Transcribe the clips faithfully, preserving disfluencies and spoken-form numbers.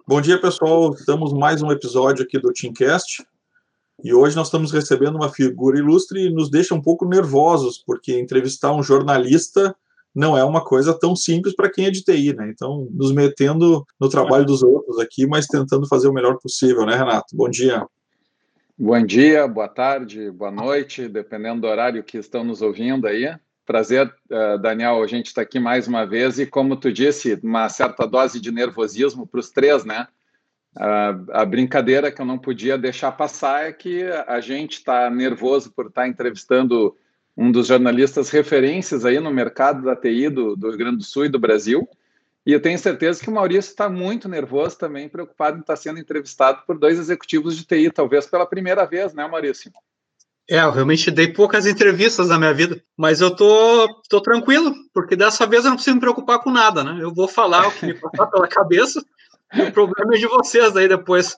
Bom dia, pessoal. Estamos mais um episódio aqui do Teamcast e hoje nós estamos recebendo uma figura ilustre e nos deixa um pouco nervosos, porque entrevistar um jornalista não é uma coisa tão simples para quem é de T I, né? Então, nos metendo no trabalho dos outros aqui, mas tentando fazer o melhor possível, né, Renato? Bom dia. Bom dia, boa tarde, boa noite, dependendo do horário que estão nos ouvindo aí. Prazer, uh, Daniel, a gente está aqui mais uma vez e, como tu disse, uma certa dose de nervosismo para os três, né? Uh, a brincadeira que eu não podia deixar passar é que a gente está nervoso por estar entrevistando um dos jornalistas referências aí no mercado da T I do, do Rio Grande do Sul e do Brasil. E eu tenho certeza que o Maurício está muito nervoso também, preocupado em estar sendo entrevistado por dois executivos de T I, talvez pela primeira vez, né, Maurício? É, eu realmente dei poucas entrevistas na minha vida, mas eu tô, tô tranquilo, porque dessa vez eu não preciso me preocupar com nada, né? Eu vou falar o que me passar pela cabeça e o problema é de vocês aí depois.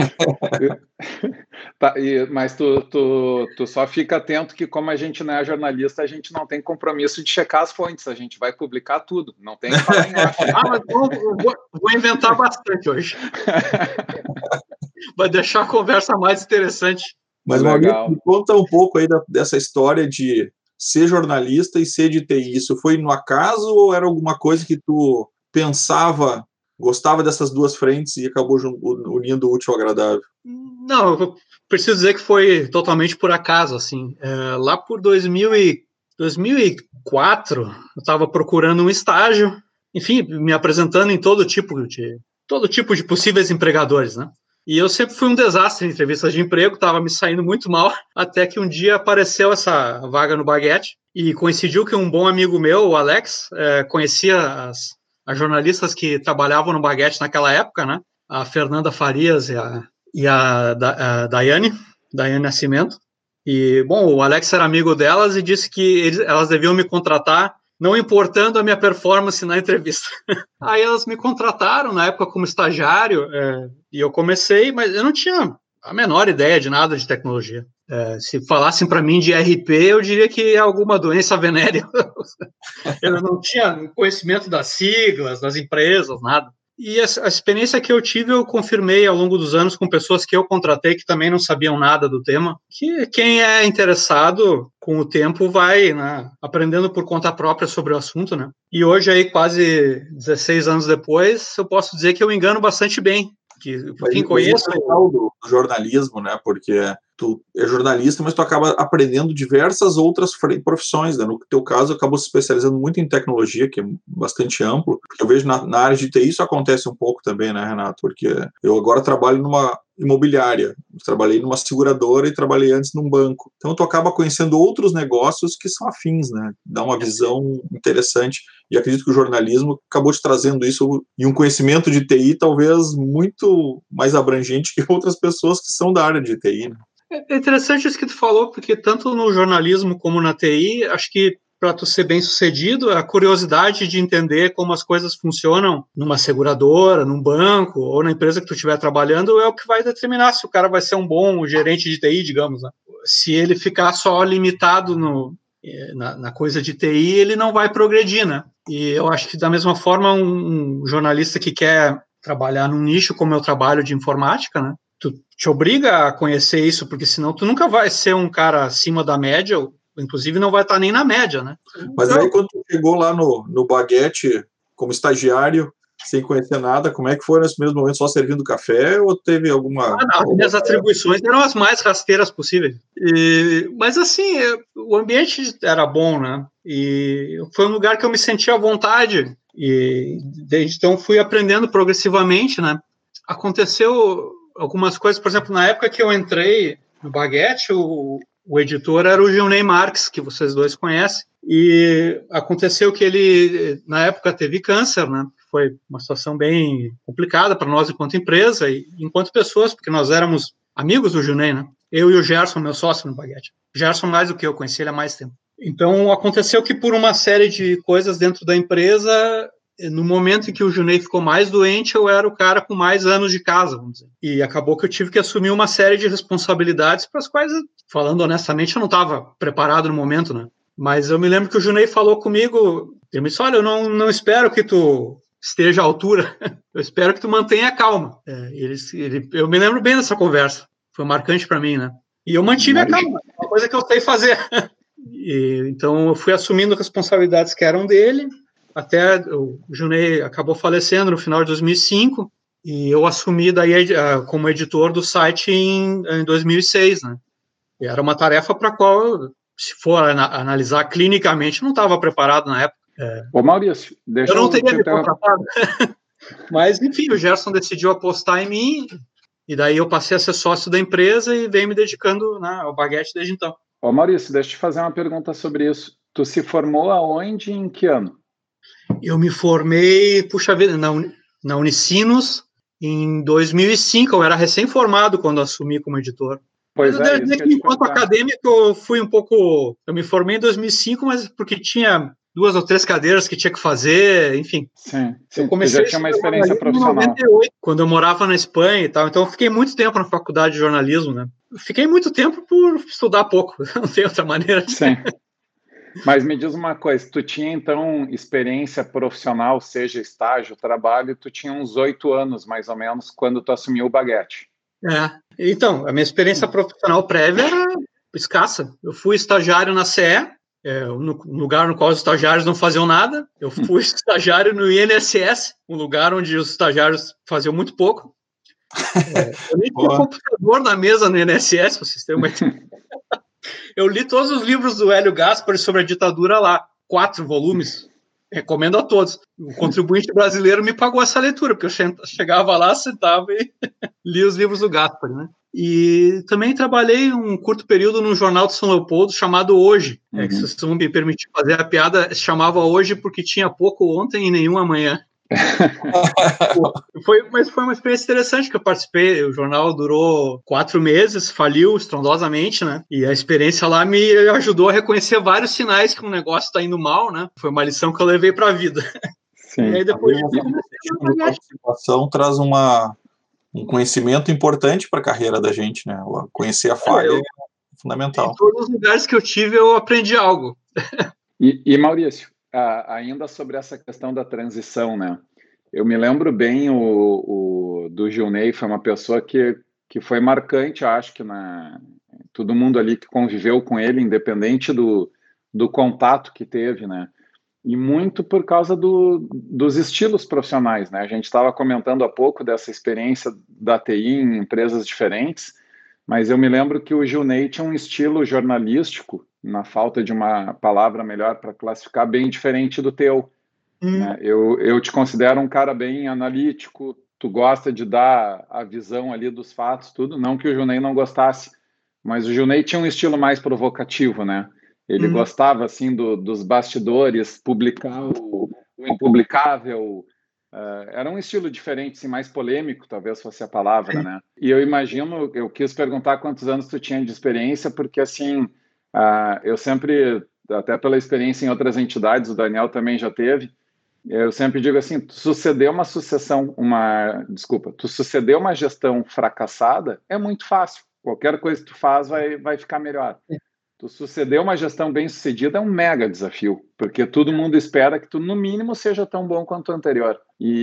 Tá, e, mas tu, tu, tu só fica atento que, como a gente não é jornalista, a gente não tem compromisso de checar as fontes, a gente vai publicar tudo, não tem que falar em off. Ah, mas vou, vou, vou inventar bastante hoje. Vai deixar a conversa mais interessante. Mas, Maurício, me conta um pouco aí da, dessa história de ser jornalista e ser de T I. Isso foi no acaso ou era alguma coisa que tu pensava, gostava dessas duas frentes e acabou unindo o útil ao agradável? Não, eu preciso dizer que foi totalmente por acaso, assim. É, lá por dois mil e quatro, eu estava procurando um estágio, enfim, me apresentando em todo tipo de, todo tipo de possíveis empregadores, né? E eu sempre fui um desastre em entrevistas de emprego, estava me saindo muito mal, até que um dia apareceu essa vaga no Baguete e coincidiu que um bom amigo meu, o Alex, é, conhecia as, as jornalistas que trabalhavam no Baguete naquela época, né? A Fernanda Farias e a, e a, a Daiane, Daiane Nascimento. E, bom, o Alex era amigo delas e disse que eles, elas deviam me contratar, não importando a minha performance na entrevista. Aí elas me contrataram, na época, como estagiário, é, e eu comecei, mas eu não tinha a menor ideia de nada de tecnologia. É, se falassem para mim de R P, eu diria que é alguma doença venérea. Eu não tinha conhecimento das siglas, das empresas, nada. E a, a experiência que eu tive, eu confirmei ao longo dos anos com pessoas que eu contratei que também não sabiam nada do tema, que quem é interessado, com o tempo, vai, né, aprendendo por conta própria sobre o assunto, né? E hoje, aí, quase dezesseis anos depois, eu posso dizer que eu engano bastante bem. Que, por quem conhece... É legal do jornalismo, né? Porque tu é jornalista, mas tu acaba aprendendo diversas outras profissões, né? No teu caso, acabou se especializando muito em tecnologia, que é bastante amplo. Eu vejo na, na área de T I isso acontece um pouco também, né, Renato? Porque eu agora trabalho numa imobiliária, trabalhei numa seguradora e trabalhei antes num banco. Então tu acaba conhecendo outros negócios que são afins, né? Dá uma visão interessante. E acredito que o jornalismo acabou te trazendo isso e um conhecimento de T I talvez muito mais abrangente que outras pessoas que são da área de T I, né? É interessante isso que tu falou, porque tanto no jornalismo como na T I, acho que para tu ser bem sucedido, a curiosidade de entender como as coisas funcionam numa seguradora, num banco ou na empresa que tu estiver trabalhando é o que vai determinar se o cara vai ser um bom gerente de T I, digamos, né? Se ele ficar só limitado no, na, na coisa de T I, ele não vai progredir, né? E eu acho que da mesma forma um, um jornalista que quer trabalhar num nicho como eu trabalho de informática, né? Tu te obriga a conhecer isso, porque senão tu nunca vai ser um cara acima da média, inclusive não vai estar nem na média, né? Mas então, aí quando tu chegou lá no, no Baguete como estagiário, sem conhecer nada, como é que foi nesse mesmo momento, só servindo café ou teve alguma... Ah, não, as minhas atribuições eram as mais rasteiras possíveis. E, mas assim, o ambiente era bom, né? E foi um lugar que eu me sentia à vontade e desde então fui aprendendo progressivamente, né? Aconteceu algumas coisas, por exemplo, na época que eu entrei no Baguete, o, o editor era o Gilney Marques, que vocês dois conhecem, e aconteceu que ele, na época, teve câncer, né? Foi uma situação bem complicada para nós enquanto empresa e enquanto pessoas, porque nós éramos amigos do Gilney, né? Eu e o Gerson, meu sócio no Baguete. Gerson mais do que eu, conheci ele há mais tempo. Então, aconteceu que por uma série de coisas dentro da empresa, no momento em que o Junei ficou mais doente, eu era o cara com mais anos de casa, vamos dizer. E acabou que eu tive que assumir uma série de responsabilidades para as quais, falando honestamente, eu não estava preparado no momento, né? Mas eu me lembro que o Junei falou comigo, ele me disse, olha, eu não, não espero que tu esteja à altura, eu espero que tu mantenha a calma. É, ele, ele, eu me lembro bem dessa conversa, foi marcante para mim, né? E eu mantive a calma, uma coisa que eu sei fazer. E, então eu fui assumindo responsabilidades que eram dele, até o Junei acabou falecendo no final de dois mil e cinco, e eu assumi daí como editor do site em, em dois mil e seis, né? E era uma tarefa para a qual, se for analisar clinicamente, não estava preparado na época. É. Ô Maurício, deixa eu não teria eu me contratado. Mas, enfim, o Gerson decidiu apostar em mim, e daí eu passei a ser sócio da empresa e venho me dedicando, né, ao Baguete desde então. Ô Maurício, deixa eu te fazer uma pergunta sobre isso. Tu se formou aonde e em que ano? Eu me formei, puxa vida, na, na Unicinos em dois mil e cinco, eu era recém-formado quando assumi como editor. Pois mas é, eu, que enquanto acadêmico eu fui um pouco, eu me formei em dois mil e cinco, mas porque tinha duas ou três cadeiras que tinha que fazer, enfim. Sim, sim. Eu comecei já tinha uma experiência profissional. Em noventa e oito, quando eu morava na Espanha e tal, então eu fiquei muito tempo na faculdade de jornalismo, né? Fiquei muito tempo por estudar pouco, não tem outra maneira. De... Sim. Mas me diz uma coisa, tu tinha então experiência profissional, seja estágio, trabalho, tu tinha uns oito anos mais ou menos quando tu assumiu o Baguete. É, então, a minha experiência profissional prévia era escassa. Eu fui estagiário na C E, é, no lugar no qual os estagiários não faziam nada. Eu fui estagiário no I N S S, um lugar onde os estagiários faziam muito pouco. É, eu nem tinha computador na mesa no I N S S, pra vocês terem uma ideia. Eu li todos os livros do Hélio Gaspari sobre a ditadura lá, quatro volumes. Recomendo a todos. O contribuinte brasileiro me pagou essa leitura, porque eu chegava lá, sentava e lia os livros do Gaspari, né? E também trabalhei um curto período num jornal de São Leopoldo chamado Hoje. Uhum. É, que vocês vão me permitir fazer a piada, se chamava Hoje porque tinha pouco ontem e nenhum amanhã. foi, mas foi uma experiência interessante que eu participei. O jornal durou quatro meses, faliu estrondosamente, né? E a experiência lá me ajudou a reconhecer vários sinais que um negócio está indo mal, né? Foi uma lição que eu levei para a vida. Sim. E aí depois a participação traz uma, um conhecimento importante para a carreira da gente, né? Conhecer a falha é, eu, é fundamental. Em todos os lugares que eu tive, eu aprendi algo. E, e Maurício, Ah, ainda sobre essa questão da transição, né? Eu me lembro bem o, o, do Junei, foi uma pessoa que, que foi marcante, acho que na, todo mundo ali que conviveu com ele, independente do, do contato que teve, né? E muito por causa do, dos estilos profissionais, né? A gente estava comentando há pouco dessa experiência da T I em empresas diferentes, mas eu me lembro que o Junei tinha um estilo jornalístico, na falta de uma palavra melhor para classificar, bem diferente do teu. Hum. Né? Eu, eu te considero um cara bem analítico, tu gosta de dar a visão ali dos fatos, tudo, não que o Junei não gostasse, mas o Junei tinha um estilo mais provocativo, né? Ele hum. gostava, assim, do, dos bastidores, publicar o, o impublicável, uh, era um estilo diferente, assim, mais polêmico, talvez fosse a palavra, né? E eu imagino, eu quis perguntar quantos anos tu tinha de experiência, porque, assim, Uh, eu sempre, até pela experiência em outras entidades, o Daniel também já teve, eu sempre digo assim, tu suceder uma sucessão, uma, desculpa, tu suceder uma gestão fracassada é muito fácil, qualquer coisa que tu faz vai, vai ficar melhor. Tu suceder uma gestão bem sucedida é um mega desafio, porque todo mundo espera que tu no mínimo seja tão bom quanto o anterior.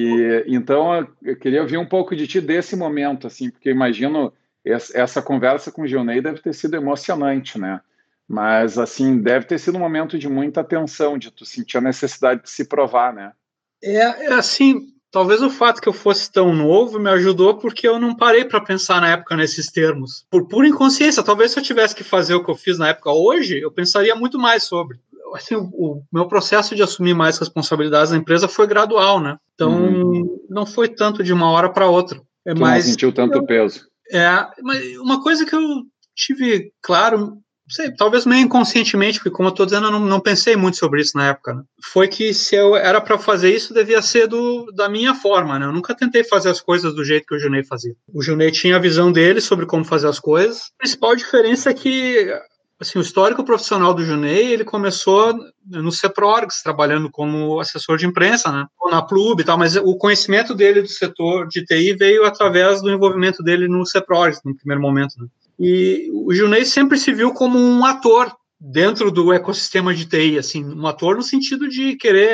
E então eu queria ouvir um pouco de ti desse momento, assim, porque eu imagino essa conversa com o Gilney deve ter sido emocionante, né? Mas, assim, deve ter sido um momento de muita tensão, de tu sentir a necessidade de se provar, né? É, é assim, talvez o fato que eu fosse tão novo me ajudou porque eu não parei para pensar na época nesses termos. Por pura inconsciência, talvez se eu tivesse que fazer o que eu fiz na época hoje, eu pensaria muito mais sobre. Assim, o, o meu processo de assumir mais responsabilidades na empresa foi gradual, né? Então, uhum. não foi tanto de uma hora para outra. É tu mais, não sentiu tanto eu, peso. É, mas uma coisa que eu tive claro... Não sei, talvez meio inconscientemente, porque como eu estou dizendo, eu não, não pensei muito sobre isso na época, né? Foi que se eu era para fazer isso, devia ser do, da minha forma, né? Eu nunca tentei fazer as coisas do jeito que o Junei fazia. O Junei tinha a visão dele sobre como fazer as coisas. A principal diferença é que, assim, o histórico profissional do Junei, ele começou no Ceprorgs, trabalhando como assessor de imprensa, né? Ou na Plub e tal, mas o conhecimento dele do setor de T I veio através do envolvimento dele no Ceprorgs, no primeiro momento, né? E o Junei sempre se viu como um ator dentro do ecossistema de T I, assim, um ator no sentido de querer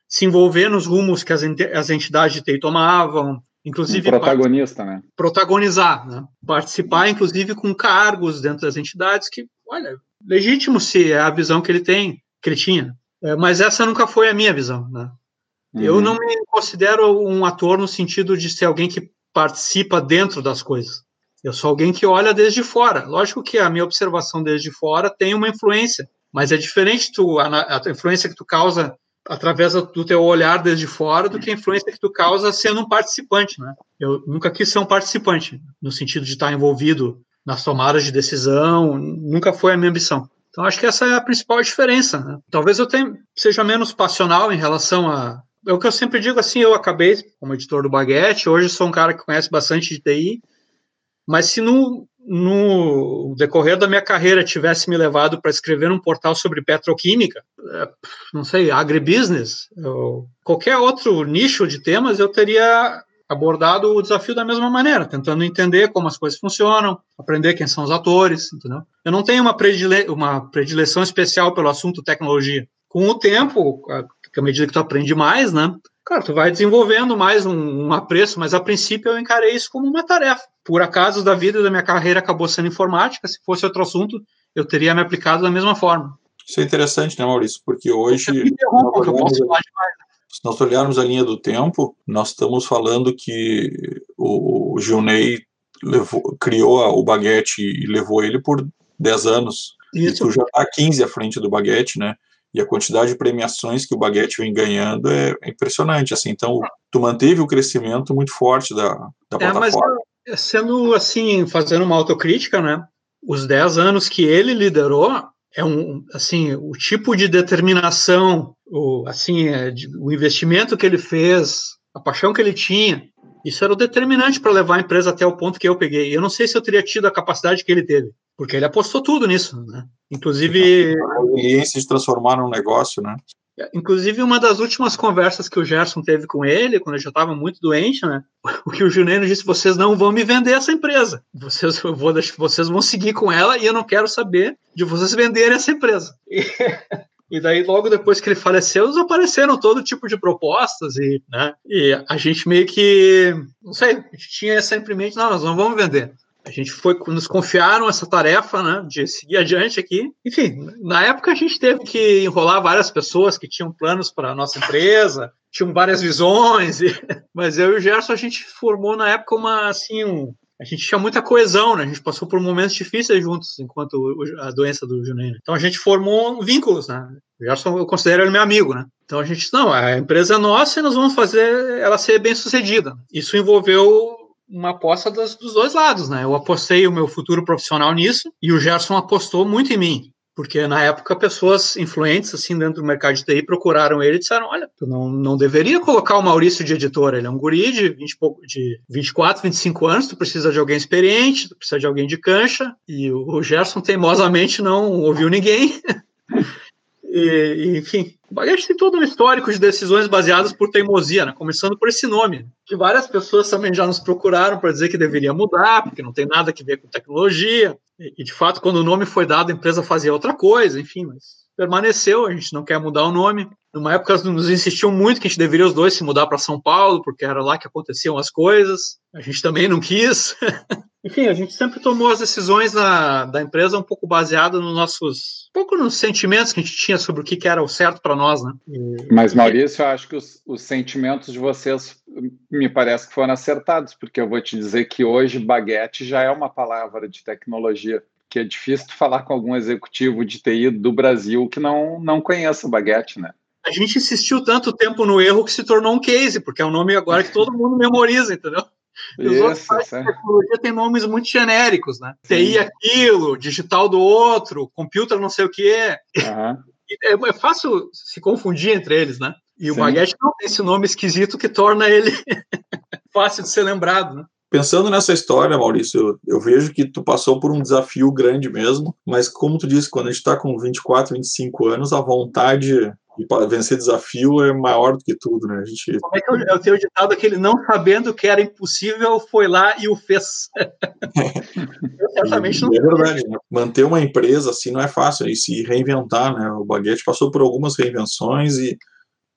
se envolver nos rumos que as, as entidades de T I tomavam, inclusive... Um protagonista, né? Protagonizar, né? Participar, inclusive, com cargos dentro das entidades que, olha, legítimo se é a visão que ele tem, que ele tinha. É, mas essa nunca foi a minha visão, né? Uhum. Eu não me considero um ator no sentido de ser alguém que participa dentro das coisas. Eu sou alguém que olha desde fora. Lógico que a minha observação desde fora tem uma influência, mas é diferente tu, a, a influência que tu causa através do teu olhar desde fora do que a influência que tu causa sendo um participante, né? Eu nunca quis ser um participante, no sentido de estar envolvido nas tomadas de decisão, nunca foi a minha ambição. Então, acho que essa é a principal diferença, né? Talvez eu tenha, seja menos passional em relação a... É o que eu sempre digo, assim, eu acabei como editor do Baguete, hoje sou um cara que conhece bastante de T I, mas se no, no decorrer da minha carreira tivesse me levado para escrever um portal sobre petroquímica, não sei, agribusiness, ou qualquer outro nicho de temas, eu teria abordado o desafio da mesma maneira, tentando entender como as coisas funcionam, aprender quem são os atores, entendeu? Eu não tenho uma, predile uma predileção especial pelo assunto tecnologia. Com o tempo, à medida que tu aprende mais, né? Cara, tu vai desenvolvendo mais um, um apreço, mas a princípio eu encarei isso como uma tarefa. Por acaso da vida da minha carreira acabou sendo informática, se fosse outro assunto, eu teria me aplicado da mesma forma. Isso é interessante, né, Maurício? Porque hoje... Me interrompa, que eu posso falar demais. Se nós olharmos a linha do tempo, nós estamos falando que o, o Gilney levou, criou o Baguete e levou ele por dez anos. Isso. E tu já está quinze à frente do Baguete, né? E a quantidade de premiações que o Baguete vem ganhando é impressionante, assim. Então, tu manteve o crescimento muito forte da, da é, plataforma. Mas, sendo assim, fazendo uma autocrítica, né? Os dez anos que ele liderou é um, assim, o tipo de determinação, o, assim, é, de, o investimento que ele fez, a paixão que ele tinha, isso era o determinante para levar a empresa até o ponto que eu peguei. Eu não sei se eu teria tido a capacidade que ele teve, porque ele apostou tudo nisso, né? Inclusive... A resiliência de transformar num negócio, né? Inclusive, uma das últimas conversas que o Gerson teve com ele, quando ele já estava muito doente, né? O que o Juliano disse, vocês não vão me vender essa empresa. Vocês, eu vou, vocês vão seguir com ela e eu não quero saber de vocês venderem essa empresa. E, e daí, logo depois que ele faleceu, apareceram todo tipo de propostas e, né? E a gente meio que, não sei, a gente tinha sempre em mente, não, nós não vamos vender. A gente foi, nos confiaram essa tarefa, né, de seguir adiante aqui. Enfim, na época a gente teve que enrolar várias pessoas que tinham planos para a nossa empresa, tinham várias visões, e, mas eu e o Gerson, a gente formou na época uma, assim, um, a gente tinha muita coesão, né, a gente passou por momentos difíceis juntos, enquanto a doença do Juninho. Então a gente formou vínculos, né, o Gerson eu considero ele meu amigo, né. Então a gente, não, a empresa é nossa e nós vamos fazer ela ser bem sucedida. Isso envolveu uma aposta dos, dos dois lados, né? Eu apostei o meu futuro profissional nisso e o Gerson apostou muito em mim, porque na época pessoas influentes assim dentro do mercado de T I procuraram ele e disseram, olha, tu não, não deveria colocar o Maurício de editor, ele é um guri de, vinte, de vinte e quatro, vinte e cinco anos, tu precisa de alguém experiente, tu precisa de alguém de cancha, e o Gerson teimosamente não ouviu ninguém. E, enfim, o Baguete tem todo um histórico de decisões baseadas por teimosia, né? Começando por esse nome, que várias pessoas também já nos procuraram para dizer que deveria mudar, porque não tem nada a ver com tecnologia, e, e de fato, quando o nome foi dado, a empresa fazia outra coisa, enfim, mas permaneceu, a gente não quer mudar o nome. Numa época, nos insistiam muito que a gente deveria os dois se mudar para São Paulo, porque era lá que aconteciam as coisas, a gente também não quis. Enfim, a gente sempre tomou as decisões da, da empresa um pouco baseada nos nossos, um pouco nos sentimentos que a gente tinha sobre o que, que era o certo para nós, né? E, Mas, Maurício, eu acho que os, os sentimentos de vocês me parece que foram acertados, porque eu vou te dizer que hoje Baguete já é uma palavra de tecnologia, que é difícil falar com algum executivo de T I do Brasil que não, não conheça o Baguete, né? A gente insistiu tanto tempo no erro que se tornou um case, porque é um nome agora que todo mundo memoriza, entendeu? E os Isso, outros sites de tecnologia têm nomes muito genéricos, né? Sim. T I aquilo, digital do outro, computer não sei o quê. Uhum. É, é fácil se confundir entre eles, né? E Sim. o Baguete não tem esse nome esquisito que torna ele fácil de ser lembrado, né? Pensando nessa história, Maurício, eu, eu vejo que tu passou por um desafio grande mesmo, mas como tu disse, quando a gente está com vinte e quatro, vinte e cinco anos, a vontade de vencer desafio é maior do que tudo, né? A gente... Como é que eu, eu tenho ditado aquele não sabendo que era impossível, foi lá e o fez. Eu certamente não. É verdade, né? Manter uma empresa assim não é fácil, e se reinventar, né? O Baguete passou por algumas reinvenções e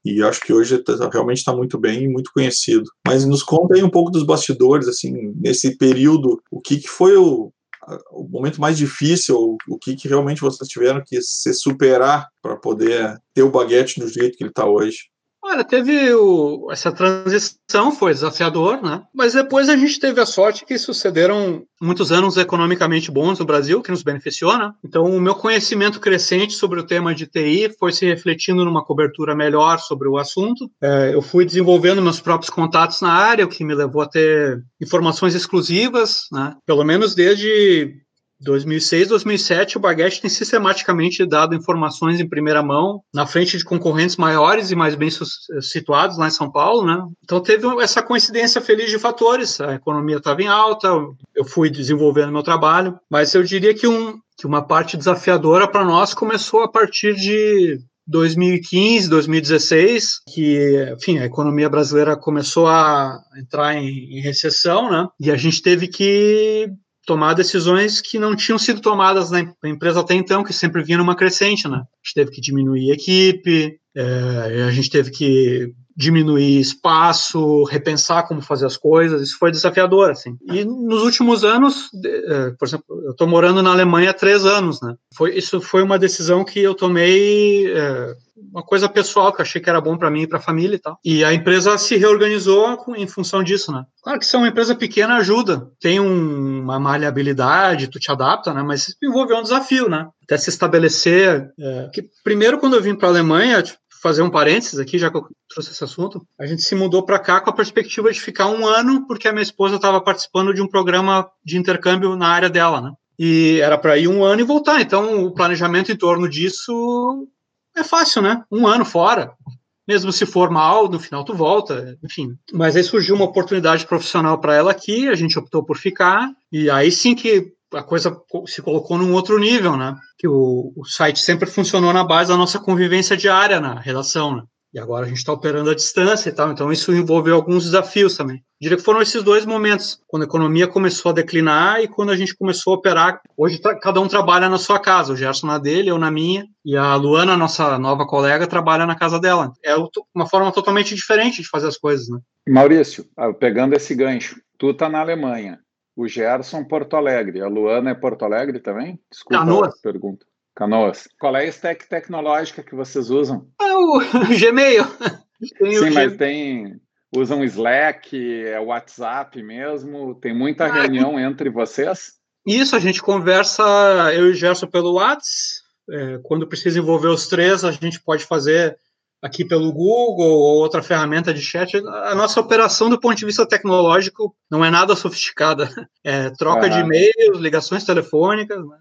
e acho que hoje tá, realmente está muito bem e muito conhecido. Mas nos conta aí um pouco dos bastidores, assim, nesse período, o que, que foi o, o momento mais difícil, o que, que realmente vocês tiveram que se superar para poder ter o Baguete do jeito que ele está hoje? Olha, teve o, essa transição, foi desafiador, né? Mas depois a gente teve a sorte que sucederam muitos anos economicamente bons no Brasil, que nos beneficiou, né? Então, o meu conhecimento crescente sobre o tema de T I foi se refletindo numa cobertura melhor sobre o assunto. É, eu fui desenvolvendo meus próprios contatos na área, o que me levou a ter informações exclusivas, né? Pelo menos desde dois mil e seis, dois mil e sete, o Baguete tem sistematicamente dado informações em primeira mão, na frente de concorrentes maiores e mais bem situados lá em São Paulo, né? Então teve essa coincidência feliz de fatores, a economia estava em alta, eu fui desenvolvendo meu trabalho, mas eu diria que, um, que uma parte desafiadora para nós começou a partir de dois mil e quinze, dois mil e dezesseis, que, enfim, a economia brasileira começou a entrar em, em recessão, né? E a gente teve que tomar decisões que não tinham sido tomadas na empresa até então, que sempre vinha numa crescente, né? A gente teve que diminuir a equipe, é, a gente teve que diminuir espaço, repensar como fazer as coisas, isso foi desafiador, assim. E nos últimos anos, é, por exemplo, eu estou morando na Alemanha há três anos, né? Foi, isso foi uma decisão que eu tomei, é, uma coisa pessoal, que eu achei que era bom para mim e para a família e tal. E a empresa se reorganizou em função disso, né? Claro que ser uma empresa pequena ajuda, tem um, uma maleabilidade, tu te adapta, né? Mas envolveu um desafio, né? Até se estabelecer. É, que primeiro, quando eu vim para a Alemanha, tipo, fazer um parênteses aqui, já que eu trouxe esse assunto, a gente se mudou para cá com a perspectiva de ficar um ano, porque a minha esposa estava participando de um programa de intercâmbio na área dela, né? E era para ir um ano e voltar. Então, o planejamento em torno disso é fácil, né? Um ano fora. Mesmo se for mal, no final tu volta, enfim. Mas aí surgiu uma oportunidade profissional para ela aqui, a gente optou por ficar, e aí sim que a coisa se colocou num outro nível, né? Que o, o site sempre funcionou na base da nossa convivência diária na redação, né? E agora a gente está operando à distância e tal, então isso envolveu alguns desafios também. Diria que foram esses dois momentos, quando a economia começou a declinar e quando a gente começou a operar. Hoje cada um trabalha na sua casa, o Gerson na dele, eu na minha, e a Luana, nossa nova colega, trabalha na casa dela. É uma forma totalmente diferente de fazer as coisas, né? Maurício, pegando esse gancho, tu tá na Alemanha, o Gerson Porto Alegre, a Luana é Porto Alegre também? Desculpa Canoas. a pergunta. Canoas. Qual é a stack tecnológica que vocês usam? É o Gmail. Tem Sim, o mas G... tem... Usam Slack, é WhatsApp mesmo? Tem muita ah, reunião é... entre vocês? Isso, a gente conversa, eu e o Gerson, pelo WhatsApp. É, quando precisa envolver os três, a gente pode fazer aqui pelo Google ou outra ferramenta de chat. A nossa operação, do ponto de vista tecnológico, não é nada sofisticada. É troca ah. de e-mails, ligações telefônicas, né?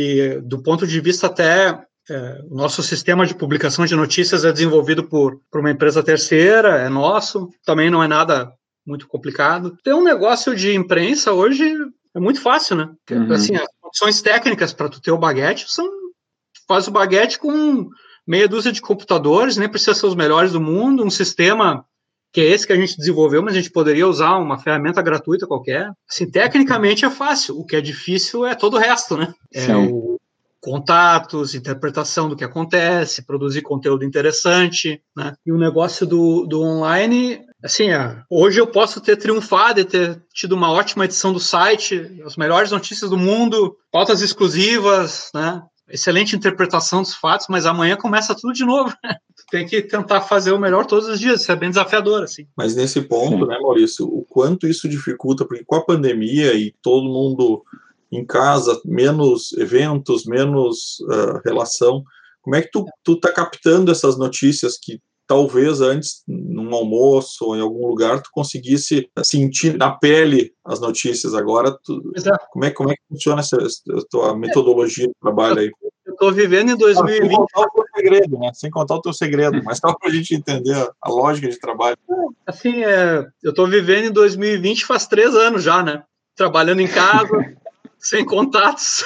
E do ponto de vista até... É, o nosso sistema de publicação de notícias é desenvolvido por, por uma empresa terceira, é nosso, também não é nada muito complicado. Ter um negócio de imprensa hoje é muito fácil, né? Uhum. Assim, as opções técnicas para tu ter o Baguete são... Tu faz o Baguete com meia dúzia de computadores, nem precisa ser os melhores do mundo, um sistema que é esse que a gente desenvolveu, mas a gente poderia usar uma ferramenta gratuita qualquer. Assim, tecnicamente é fácil, o que é difícil é todo o resto, né? É o contatos, interpretação do que acontece, produzir conteúdo interessante, né? E o negócio do, do online, assim, é, hoje eu posso ter triunfado e ter tido uma ótima edição do site, as melhores notícias do mundo, pautas exclusivas, né? Excelente interpretação dos fatos, mas amanhã começa tudo de novo, né? Tem que tentar fazer o melhor todos os dias, isso é bem desafiador, assim. Mas nesse ponto, Sim. né, Maurício, o quanto isso dificulta, porque com a pandemia e todo mundo em casa, menos eventos, menos uh, relação. Como é que tu, tu tá captando essas notícias que talvez antes, num almoço ou em algum lugar, tu conseguisse sentir na pele as notícias? Agora, tu, como, é, como é que funciona essa, essa tua metodologia de trabalho aí? Eu tô vivendo em dois mil e vinte. Sem contar o teu segredo, né? Sem contar o teu segredo, mas só para a gente entender a lógica de trabalho. Assim, é, eu tô vivendo em dois mil e vinte faz três anos já, né? Trabalhando em casa, sem contatos,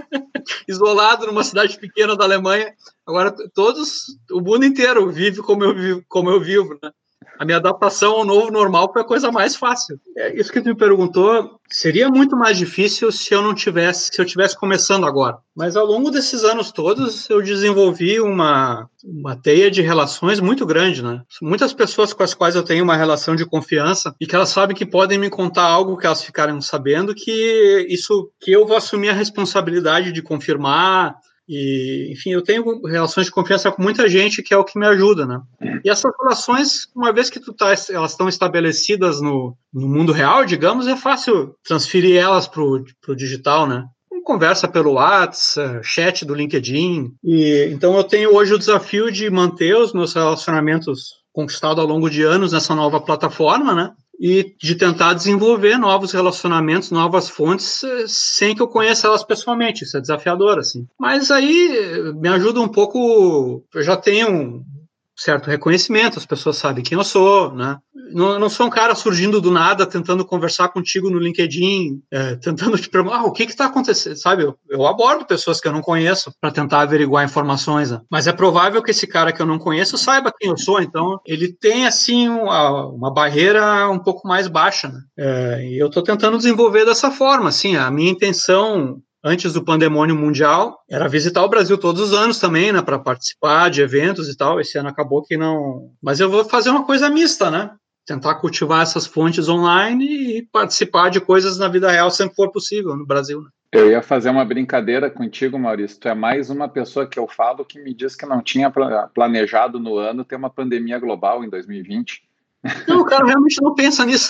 isolado numa cidade pequena da Alemanha. Agora todos, o mundo inteiro vive como eu vivo, como eu vivo, né? A minha adaptação ao novo normal foi a coisa mais fácil. É isso que tu me perguntou. Seria muito mais difícil se eu não tivesse, se eu tivesse começando agora. Mas ao longo desses anos todos, eu desenvolvi uma, uma teia de relações muito grande, né? Muitas pessoas com as quais eu tenho uma relação de confiança e que elas sabem que podem me contar algo que elas ficaram sabendo, que isso, que eu vou assumir a responsabilidade de confirmar. E, enfim, eu tenho relações de confiança com muita gente, que é o que me ajuda, né? E essas relações, uma vez que tu tá, elas estão estabelecidas no, no mundo real, digamos, é fácil transferir elas pro, pro digital, né? Conversa pelo WhatsApp, chat do LinkedIn. E, então eu tenho hoje o desafio de manter os meus relacionamentos conquistados ao longo de anos nessa nova plataforma, né? E de tentar desenvolver novos relacionamentos, novas fontes, sem que eu conheça elas pessoalmente. Isso é desafiador, assim. Mas aí me ajuda um pouco. Eu já tenho um certo reconhecimento, as pessoas sabem quem eu sou, né? Não, não sou um cara surgindo do nada, tentando conversar contigo no LinkedIn, é, tentando te perguntar, ah, o que está acontecendo, sabe? Eu, eu abordo pessoas que eu não conheço para tentar averiguar informações, né? Mas é provável que esse cara que eu não conheço saiba quem eu sou, então ele tem, assim, uma, uma barreira um pouco mais baixa, né? É, e eu estou tentando desenvolver dessa forma, assim, a minha intenção antes do pandemônio mundial, era visitar o Brasil todos os anos também, né, para participar de eventos e tal. Esse ano acabou que não... Mas eu vou fazer uma coisa mista, né? Tentar cultivar essas fontes online e participar de coisas na vida real sempre for possível no Brasil, né? Eu ia fazer uma brincadeira contigo, Maurício. Tu é mais uma pessoa que eu falo que me diz que não tinha planejado no ano ter uma pandemia global em dois mil e vinte. Não, o cara realmente não pensa nisso.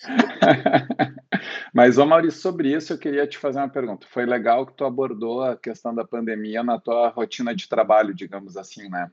Mas, ô Maurício, sobre isso eu queria te fazer uma pergunta. Foi legal que tu abordou a questão da pandemia na tua rotina de trabalho, digamos assim, né?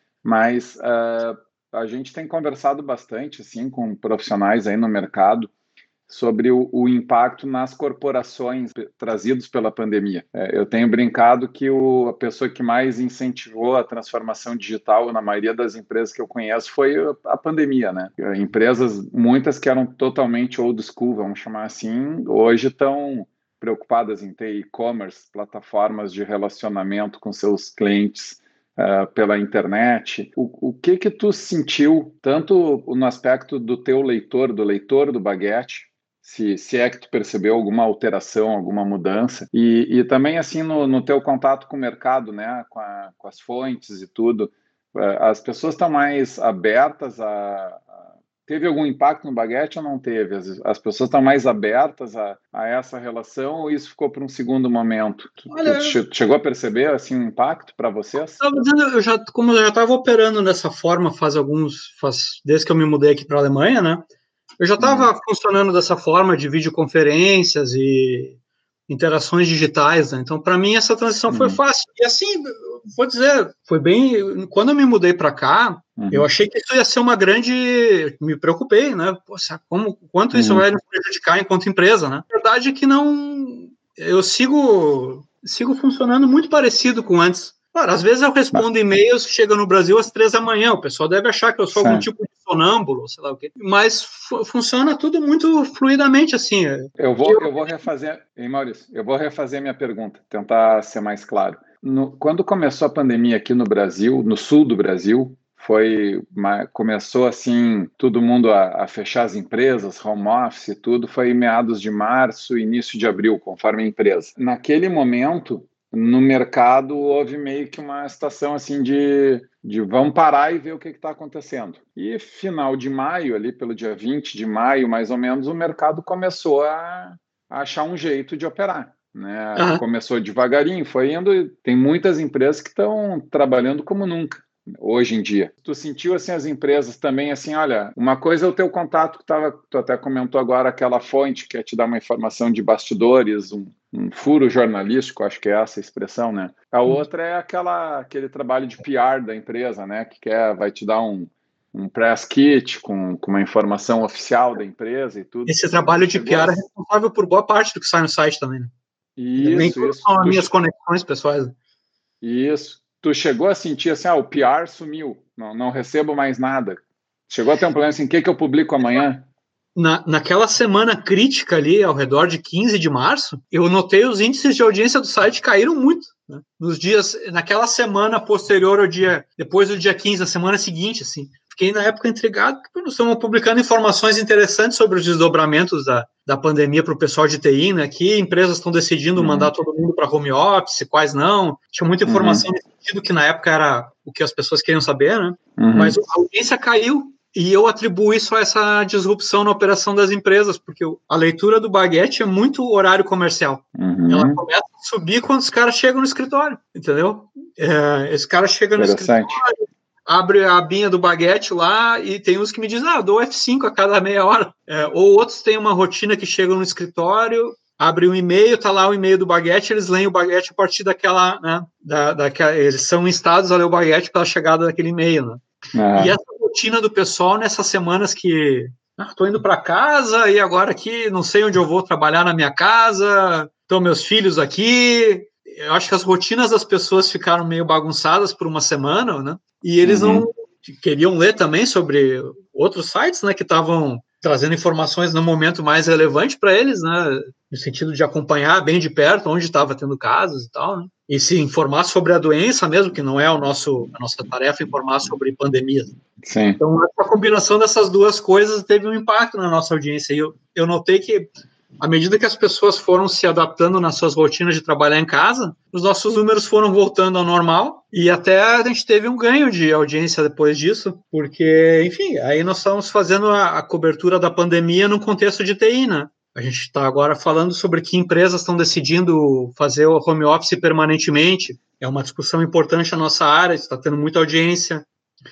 Mas uh, a gente tem conversado bastante, assim, com profissionais aí no mercado sobre o, o impacto nas corporações trazidos pela pandemia. É, eu tenho brincado que o, a pessoa que mais incentivou a transformação digital na maioria das empresas que eu conheço foi a pandemia, né? Empresas, muitas que eram totalmente old school, vamos chamar assim, hoje estão preocupadas em ter e-commerce, plataformas de relacionamento com seus clientes Uh, pela internet. O, o que que tu sentiu, tanto no aspecto do teu leitor, do leitor do Baguete, se, se é que tu percebeu alguma alteração, alguma mudança, e, e também assim no, no teu contato com o mercado, né, com, a, com as fontes e tudo, uh, as pessoas estão mais abertas a, a... Teve algum impacto no Baguete ou não teve? As, as pessoas estão mais abertas a, a essa relação ou isso ficou para um segundo momento? Olha, tu, tu chegou a perceber assim, um impacto para vocês? Eu, eu já, como eu já estava operando dessa forma faz alguns, faz, desde que eu me mudei aqui para a Alemanha, né? Eu já estava hum. funcionando dessa forma de videoconferências e interações digitais, né? Então, para mim, essa transição hum. foi fácil. E assim, vou dizer, foi bem... Quando eu me mudei para cá, uhum. eu achei que isso ia ser uma grande... Me preocupei, né? Poxa, como, quanto uhum. isso vai nos prejudicar enquanto empresa, né? A verdade é que não... Eu sigo, sigo funcionando muito parecido com antes. Claro, às vezes eu respondo e-mails que chegam no Brasil às três da manhã. O pessoal deve achar que eu sou Sim. algum tipo de sonâmbulo, sei lá o quê. Mas funciona tudo muito fluidamente, assim. Eu vou, eu... eu vou refazer, hein, Maurício? Eu vou refazer minha pergunta, tentar ser mais claro. No, quando começou a pandemia aqui no Brasil, no sul do Brasil, foi uma, começou assim, todo mundo a, a fechar as empresas, home office e tudo, foi em meados de março, início de abril, conforme a empresa. Naquele momento, no mercado, houve meio que uma situação assim de, de vamos parar e ver o que está acontecendo. E final de maio, ali pelo dia vinte de maio, mais ou menos, o mercado começou a, a achar um jeito de operar. Né? Uhum. Começou devagarinho, foi indo. Tem muitas empresas que estão trabalhando como nunca hoje em dia. Tu sentiu assim as empresas também assim, olha, uma coisa é o teu contato que tava, tu até comentou agora, aquela fonte que quer te dar uma informação de bastidores, um, um furo jornalístico, acho que é essa a expressão, né? A outra é aquela, aquele trabalho de P R da empresa, né? Que quer, vai te dar um, um press kit com, com uma informação oficial da empresa e tudo. Esse trabalho de P R é responsável por boa parte do que sai no site também, né? Isso, Nem isso. São as minhas che... conexões pessoais. Isso. Tu chegou a sentir assim, ah, o P R sumiu, não, não recebo mais nada. Chegou a ter um problema assim, o que, que eu publico amanhã? Na, naquela semana crítica ali, ao redor de quinze de março, eu notei os índices de audiência do site caíram muito. Né? Nos dias, naquela semana posterior ao dia, depois do dia quinze, na semana seguinte, assim, fiquei na época intrigado, porque nós estamos publicando informações interessantes sobre os desdobramentos da, da pandemia para o pessoal de T I, né? Que empresas estão decidindo uhum. mandar todo mundo para home office, quais não. Tinha muita informação uhum. nesse sentido, que na época era o que as pessoas queriam saber, né? Uhum. Mas a audiência caiu. E eu atribuo isso a essa disrupção na operação das empresas, porque a leitura do Baguete é muito horário comercial. Uhum. Ela começa a subir quando os caras chegam no escritório, entendeu? É, esse cara chega no escritório, abre a abinha do Baguete lá, e tem uns que me dizem, ah, eu dou F cinco a cada meia hora. É, ou outros têm uma rotina que chegam no escritório, abre um e-mail, tá lá o e-mail do Baguete, eles leem o Baguete a partir daquela, né, da, daquela, eles são instados a ler o Baguete pela chegada daquele e-mail, né? Ah. E essa rotina do pessoal nessas semanas que estou ah, indo para casa e agora aqui não sei onde eu vou trabalhar na minha casa, estão meus filhos aqui. Eu acho que as rotinas das pessoas ficaram meio bagunçadas por uma semana, né? E eles uhum. não queriam ler também sobre outros sites, né, que estavam trazendo informações no momento mais relevante para eles, né, no sentido de acompanhar bem de perto onde estava tendo casos e tal, né, e se informar sobre a doença mesmo, que não é o nosso, a nossa tarefa informar sobre pandemias. Sim. Então, a combinação dessas duas coisas teve um impacto na nossa audiência. E eu, eu notei que, à medida que as pessoas foram se adaptando nas suas rotinas de trabalhar em casa, os nossos números foram voltando ao normal, e até a gente teve um ganho de audiência depois disso, porque, enfim, aí nós estamos fazendo a, a cobertura da pandemia num contexto de T I, né? A gente está agora falando sobre que empresas estão decidindo fazer o home office permanentemente. É uma discussão importante na nossa área, está tendo muita audiência.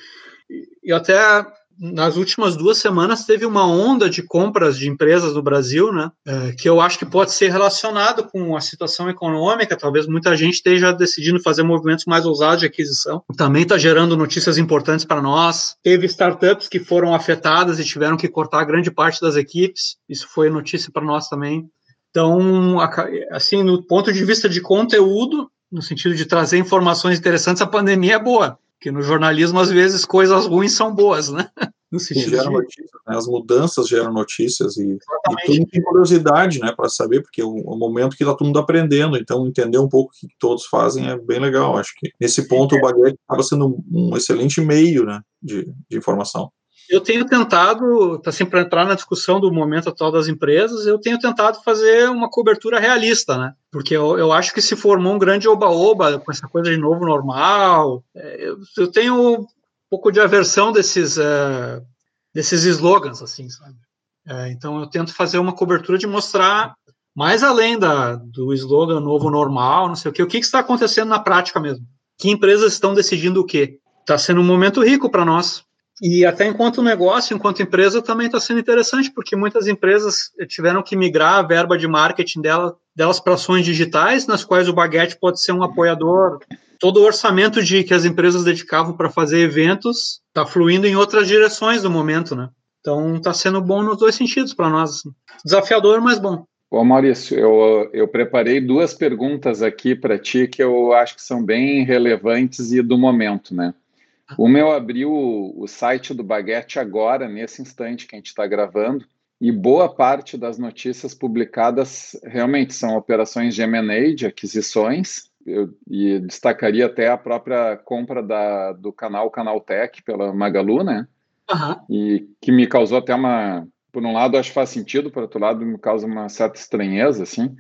E até nas últimas duas semanas teve uma onda de compras de empresas no Brasil, né, é, que eu acho que pode ser relacionado com a situação econômica. Talvez muita gente esteja decidindo fazer movimentos mais ousados de aquisição. Também está gerando notícias importantes para nós. Teve startups que foram afetadas e tiveram que cortar grande parte das equipes. Isso foi notícia para nós também. Então, assim, no ponto de vista de conteúdo, no sentido de trazer informações interessantes, a pandemia é boa. Porque no jornalismo, às vezes, coisas ruins são boas, né? No sentido geram de... notícias, né? As mudanças geram notícias e, e todo mundo tem curiosidade, né, para saber, porque é um, um momento que está todo mundo aprendendo, então entender um pouco o que todos fazem é bem legal. Acho que nesse ponto é. o Baguete acaba sendo um, um excelente meio, né, de, de informação. Eu tenho tentado, tá sempre para entrar na discussão do momento atual das empresas, eu tenho tentado fazer uma cobertura realista, né? Porque eu, eu acho que se formou um grande oba-oba com essa coisa de novo normal. É, eu, eu tenho um pouco de aversão desses, é, desses slogans, assim, sabe? É, então eu tento fazer uma cobertura de mostrar mais além da, do slogan novo normal, não sei o quê, o que, que está acontecendo na prática mesmo. Que empresas estão decidindo o quê? Está sendo um momento rico para nós. E até enquanto negócio, enquanto empresa, também está sendo interessante, porque muitas empresas tiveram que migrar a verba de marketing dela, delas para ações digitais, nas quais o Baguete pode ser um apoiador. Todo o orçamento de, que as empresas dedicavam para fazer eventos está fluindo em outras direções no momento, né? Então está sendo bom nos dois sentidos para nós. Assim. Desafiador, mas bom. Ô Maurício, eu, eu preparei duas perguntas aqui para ti que eu acho que são bem relevantes e do momento, né? Uma, eu abri o, o site do Baguete agora, nesse instante que a gente está gravando, e boa parte das notícias publicadas realmente são operações de M and A, de aquisições, eu, e destacaria até a própria compra da, do canal Canaltech pela Magalu, né? Uhum. E que me causou até uma... Por um lado, acho que faz sentido, por outro lado, me causa uma certa estranheza, assim,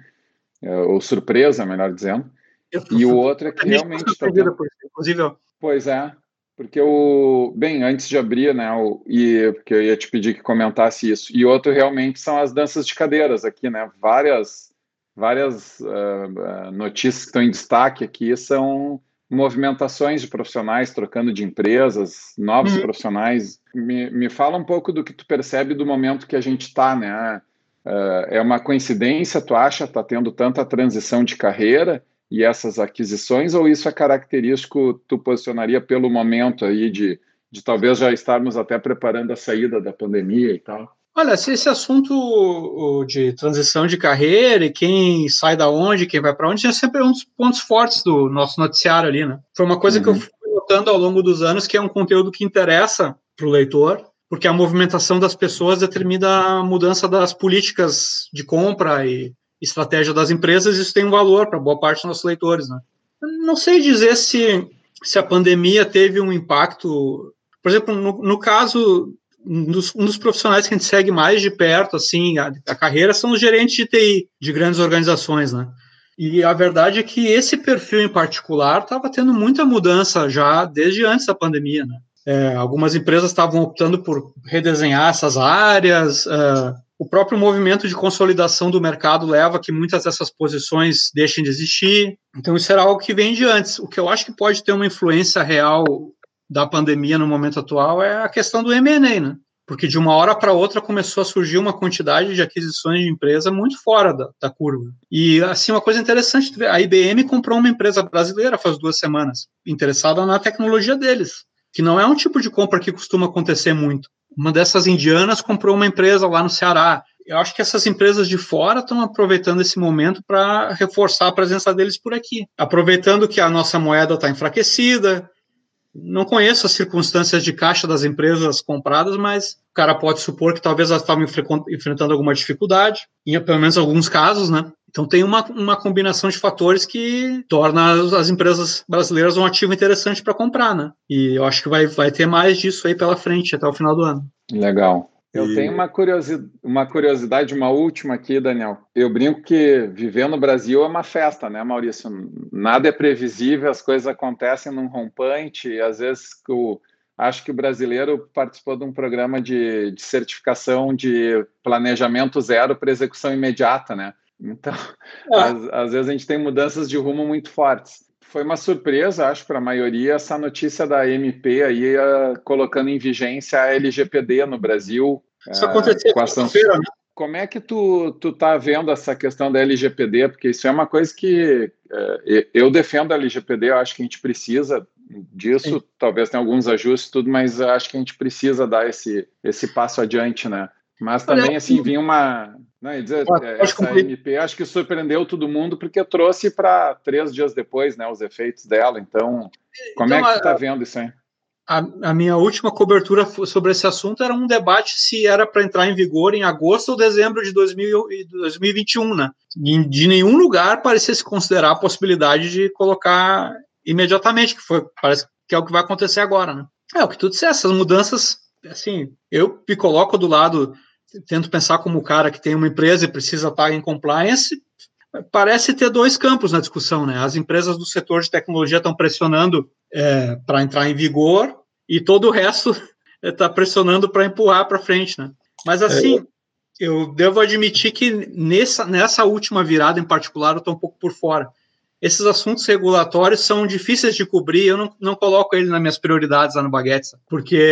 ou surpresa, melhor dizendo. Eu, e o outro é que realmente está tendo... Inclusive, ó. Pois é. Porque o... Bem, antes de abrir, né, o, e, porque eu ia te pedir que comentasse isso, e outro realmente são as danças de cadeiras aqui, né, várias, várias uh, notícias que estão em destaque aqui são movimentações de profissionais trocando de empresas, novos uhum. profissionais. Me, me fala um pouco do que tu percebe do momento que a gente está, né, uh, é uma coincidência, tu acha, tá tendo tanta transição de carreira e essas aquisições, ou isso é característico, tu posicionaria pelo momento aí de, de talvez já estarmos até preparando a saída da pandemia e tal? Olha, se esse assunto de transição de carreira e quem sai da onde, quem vai para onde, é sempre um dos pontos fortes do nosso noticiário ali, né? Foi uma coisa uhum. que eu fui notando ao longo dos anos, que é um conteúdo que interessa para o leitor, porque a movimentação das pessoas determina a mudança das políticas de compra e estratégia das empresas, isso tem um valor para boa parte dos nossos leitores, né? Não sei dizer se, se a pandemia teve um impacto Por exemplo, no, no caso, um dos, um dos profissionais que a gente segue mais de perto, assim, a, a carreira, são os gerentes de T I, de grandes organizações, né? E a verdade é que esse perfil em particular estava tendo muita mudança já desde antes da pandemia, né? É, algumas empresas estavam optando por redesenhar essas áreas, uh, o próprio movimento de consolidação do mercado leva a que muitas dessas posições deixem de existir. Então, isso era algo que vem de antes. O que eu acho que pode ter uma influência real da pandemia no momento atual é a questão do M and A, né? Porque de uma hora para outra começou a surgir uma quantidade de aquisições de empresa muito fora da, da curva. E, assim, uma coisa interessante, a I B M comprou uma empresa brasileira faz duas semanas, interessada na tecnologia deles, que não é um tipo de compra que costuma acontecer muito. Uma dessas indianas comprou uma empresa lá no Ceará. Eu acho que essas empresas de fora estão aproveitando esse momento para reforçar a presença deles por aqui, aproveitando que a nossa moeda está enfraquecida. Não conheço as circunstâncias de caixa das empresas compradas, mas o cara pode supor que talvez elas estavam enfrentando alguma dificuldade, em pelo menos alguns casos, né? Então tem uma, uma combinação de fatores que torna as, as empresas brasileiras um ativo interessante para comprar, né? E eu acho que vai, vai ter mais disso aí pela frente até o final do ano. Legal. Eu e... tenho uma curiosidade, uma curiosidade, uma última aqui, Daniel. Eu brinco que viver no Brasil é uma festa, né, Maurício? Nada é previsível, as coisas acontecem num rompante, e às vezes o, acho que o brasileiro participou de um programa de, de certificação de planejamento zero para execução imediata, né? Então, ah. às, às vezes a gente tem mudanças de rumo muito fortes. Foi uma surpresa, acho, para a maioria, essa notícia da M P aí uh, colocando em vigência a L G P D no Brasil. Isso uh, aconteceu com a sanção. Né? Como é que tu, tu tá vendo essa questão da L G P D? Porque isso é uma coisa que uh, eu defendo a L G P D, eu acho que a gente precisa disso, Sim. talvez tenha alguns ajustes tudo, mas eu acho que a gente precisa dar esse, esse passo adiante, né? Mas também, assim, vinha uma... Não, dizer, essa M P acho que surpreendeu todo mundo porque trouxe para três dias depois, né, os efeitos dela. Então, como então, é que tu está vendo isso aí? A, a minha última cobertura sobre esse assunto era um debate se era para entrar em vigor em agosto ou dezembro de dois mil e vinte e um, né? De, de nenhum lugar parecia se considerar a possibilidade de colocar imediatamente, que foi, parece que é o que vai acontecer agora, né? É, o que tu disseste, essas mudanças, assim, eu me coloco do lado... tento pensar como o cara que tem uma empresa e precisa estar em compliance, parece ter dois campos na discussão, né? As empresas do setor de tecnologia estão pressionando é, para entrar em vigor e todo o resto está pressionando para empurrar para frente, né? Mas, assim, é. eu devo admitir que nessa, nessa última virada em particular eu estou um pouco por fora. Esses assuntos regulatórios são difíceis de cobrir, eu não, não coloco eles nas minhas prioridades lá no Baguetes, porque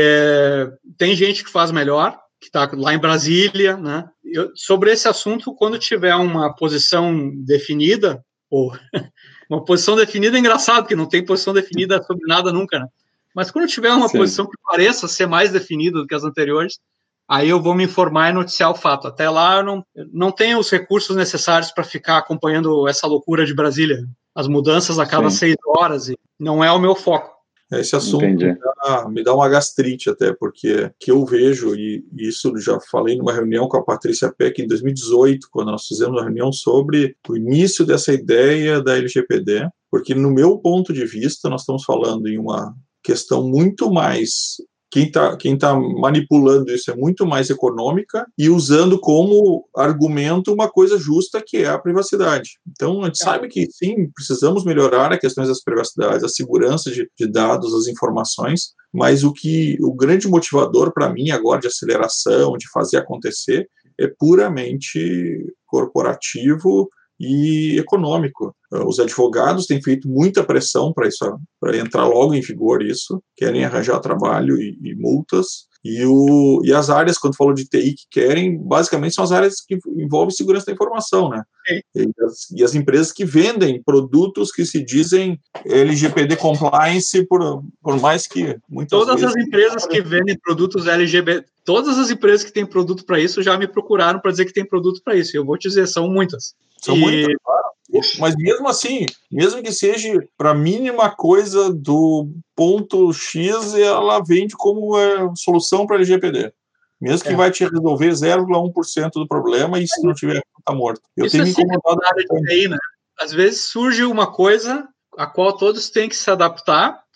tem gente que faz melhor, que está lá em Brasília, né? Eu, sobre esse assunto, quando tiver uma posição definida, ou uma posição definida é engraçado, porque não tem posição definida sobre nada nunca, né? Mas quando tiver uma Sim. posição que pareça ser mais definida do que as anteriores, aí eu vou me informar e noticiar o fato. Até lá eu não, não tenho os recursos necessários para ficar acompanhando essa loucura de Brasília, as mudanças a cada Sim. seis horas, e não é o meu foco. Esse assunto me dá, me dá uma gastrite até, porque que eu vejo, e isso já falei numa reunião com a Patrícia Peck em dois mil e dezoito, quando nós fizemos uma reunião sobre o início dessa ideia da L G P D, porque no meu ponto de vista nós estamos falando em uma questão muito mais... Quem está quem tá manipulando isso é muito mais econômica e usando como argumento uma coisa justa, que é a privacidade. Então, a gente sabe que, sim, precisamos melhorar as questões das privacidades, a segurança de, de dados, as informações, mas o que o grande motivador para mim agora de aceleração, de fazer acontecer, é puramente corporativo e econômico. Os advogados têm feito muita pressão para isso, para entrar logo em vigor isso, querem arranjar trabalho e, e multas, e, o, e as áreas, quando falou de T I, que querem, basicamente são as áreas que envolvem segurança da informação, né? E as, e as empresas que vendem produtos que se dizem L G P D compliance, por, por mais que muitas Todas vezes... as empresas que vendem produtos L G B T, todas as empresas que têm produto para isso já me procuraram para dizer que tem produto para isso, e eu vou te dizer, são muitas. São e... muitas, claro. Mas mesmo assim, mesmo que seja para a mínima coisa do ponto X, ela vende como é, solução para L G P D. Mesmo que é. vai te resolver zero vírgula um por cento do problema, e se não tiver, está morto. Eu Isso tenho me assim, incomodado. É de T I, né? Às vezes surge uma coisa a qual todos têm que se adaptar,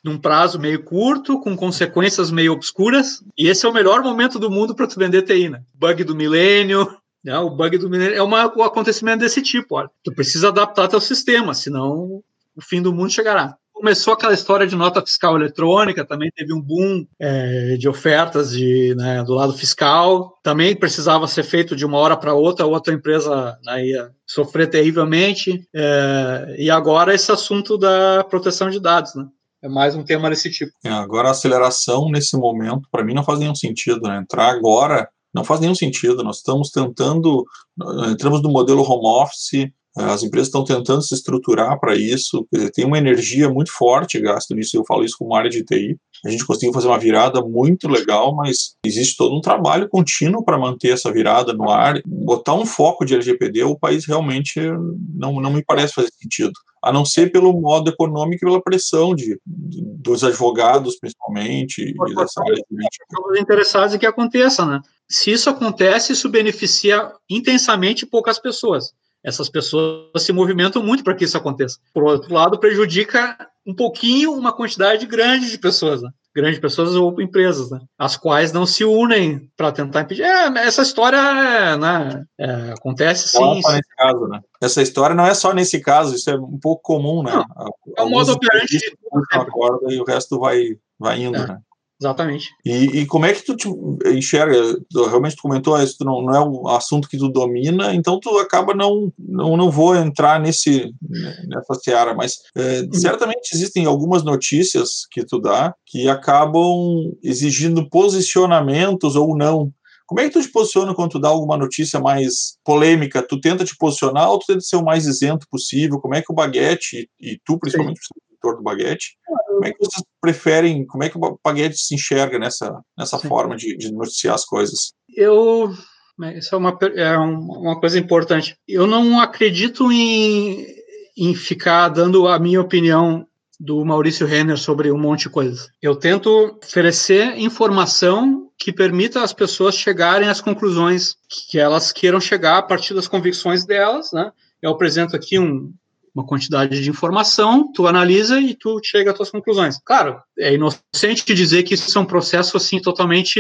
num prazo meio curto, com consequências meio obscuras, e esse é o melhor momento do mundo para tu vender T I, né? Bug do milênio, né? O bug do milênio é uma, um acontecimento desse tipo, olha. Tu precisa adaptar teu sistema, senão o fim do mundo chegará. Começou aquela história de nota fiscal eletrônica, também teve um boom é, de ofertas de, né, do lado fiscal, também precisava ser feito de uma hora para outra, outra empresa, né, ia sofrer terrivelmente, é, e agora esse assunto da proteção de dados, né? É mais um tema desse tipo. É, agora a aceleração nesse momento, para mim, não faz nenhum sentido, né? Entrar agora não faz nenhum sentido. Nós estamos tentando, entramos no modelo home office, as empresas estão tentando se estruturar para isso, tem uma energia muito forte gasto nisso, eu falo isso como área de T I. A gente conseguiu fazer uma virada muito legal, mas existe todo um trabalho contínuo para manter essa virada no ar. Botar um foco de L G P D, o país realmente não, não me parece fazer sentido. A não ser pelo modo econômico e pela pressão de, de, dos advogados, principalmente, e dessa área jurídica. Estamos interessados em que aconteça, né? Se isso acontece, isso beneficia intensamente poucas pessoas. Essas pessoas se movimentam muito para que isso aconteça. Por outro lado, prejudica um pouquinho uma quantidade grande de pessoas, né? Grandes pessoas ou empresas, né? As quais não se unem para tentar impedir. É, essa história é, né, é, acontece sim. Não é só nesse caso, né? Essa história não é só nesse caso, isso é um pouco comum, né? Não, é um modo operante de uma corda e o resto vai, vai indo, é. né? Exatamente. E, e como é que tu te enxerga? Tu, realmente tu comentou isso, tu não, não é um assunto que tu domina, então tu acaba não, não, não vou entrar nesse, nessa seara, mas é, uhum. certamente existem algumas notícias que tu dá que acabam exigindo posicionamentos ou não. Como é que tu te posiciona quando tu dá alguma notícia mais polêmica? Tu tenta te posicionar ou tu tenta ser o mais isento possível? Como é que o Baguete, e, e tu principalmente, do Baguete, como é que vocês preferem, como é que o Baguete se enxerga nessa, nessa forma de, de noticiar as coisas? Eu, isso é uma, é uma coisa importante, eu não acredito em, em ficar dando a minha opinião do Maurício Renner sobre um monte de coisas. Eu tento oferecer informação que permita às pessoas chegarem às conclusões que elas queiram chegar a partir das convicções delas, né? Eu apresento aqui um uma quantidade de informação, tu analisa e tu chega às tuas conclusões. Claro, é inocente dizer que isso é um processo assim totalmente,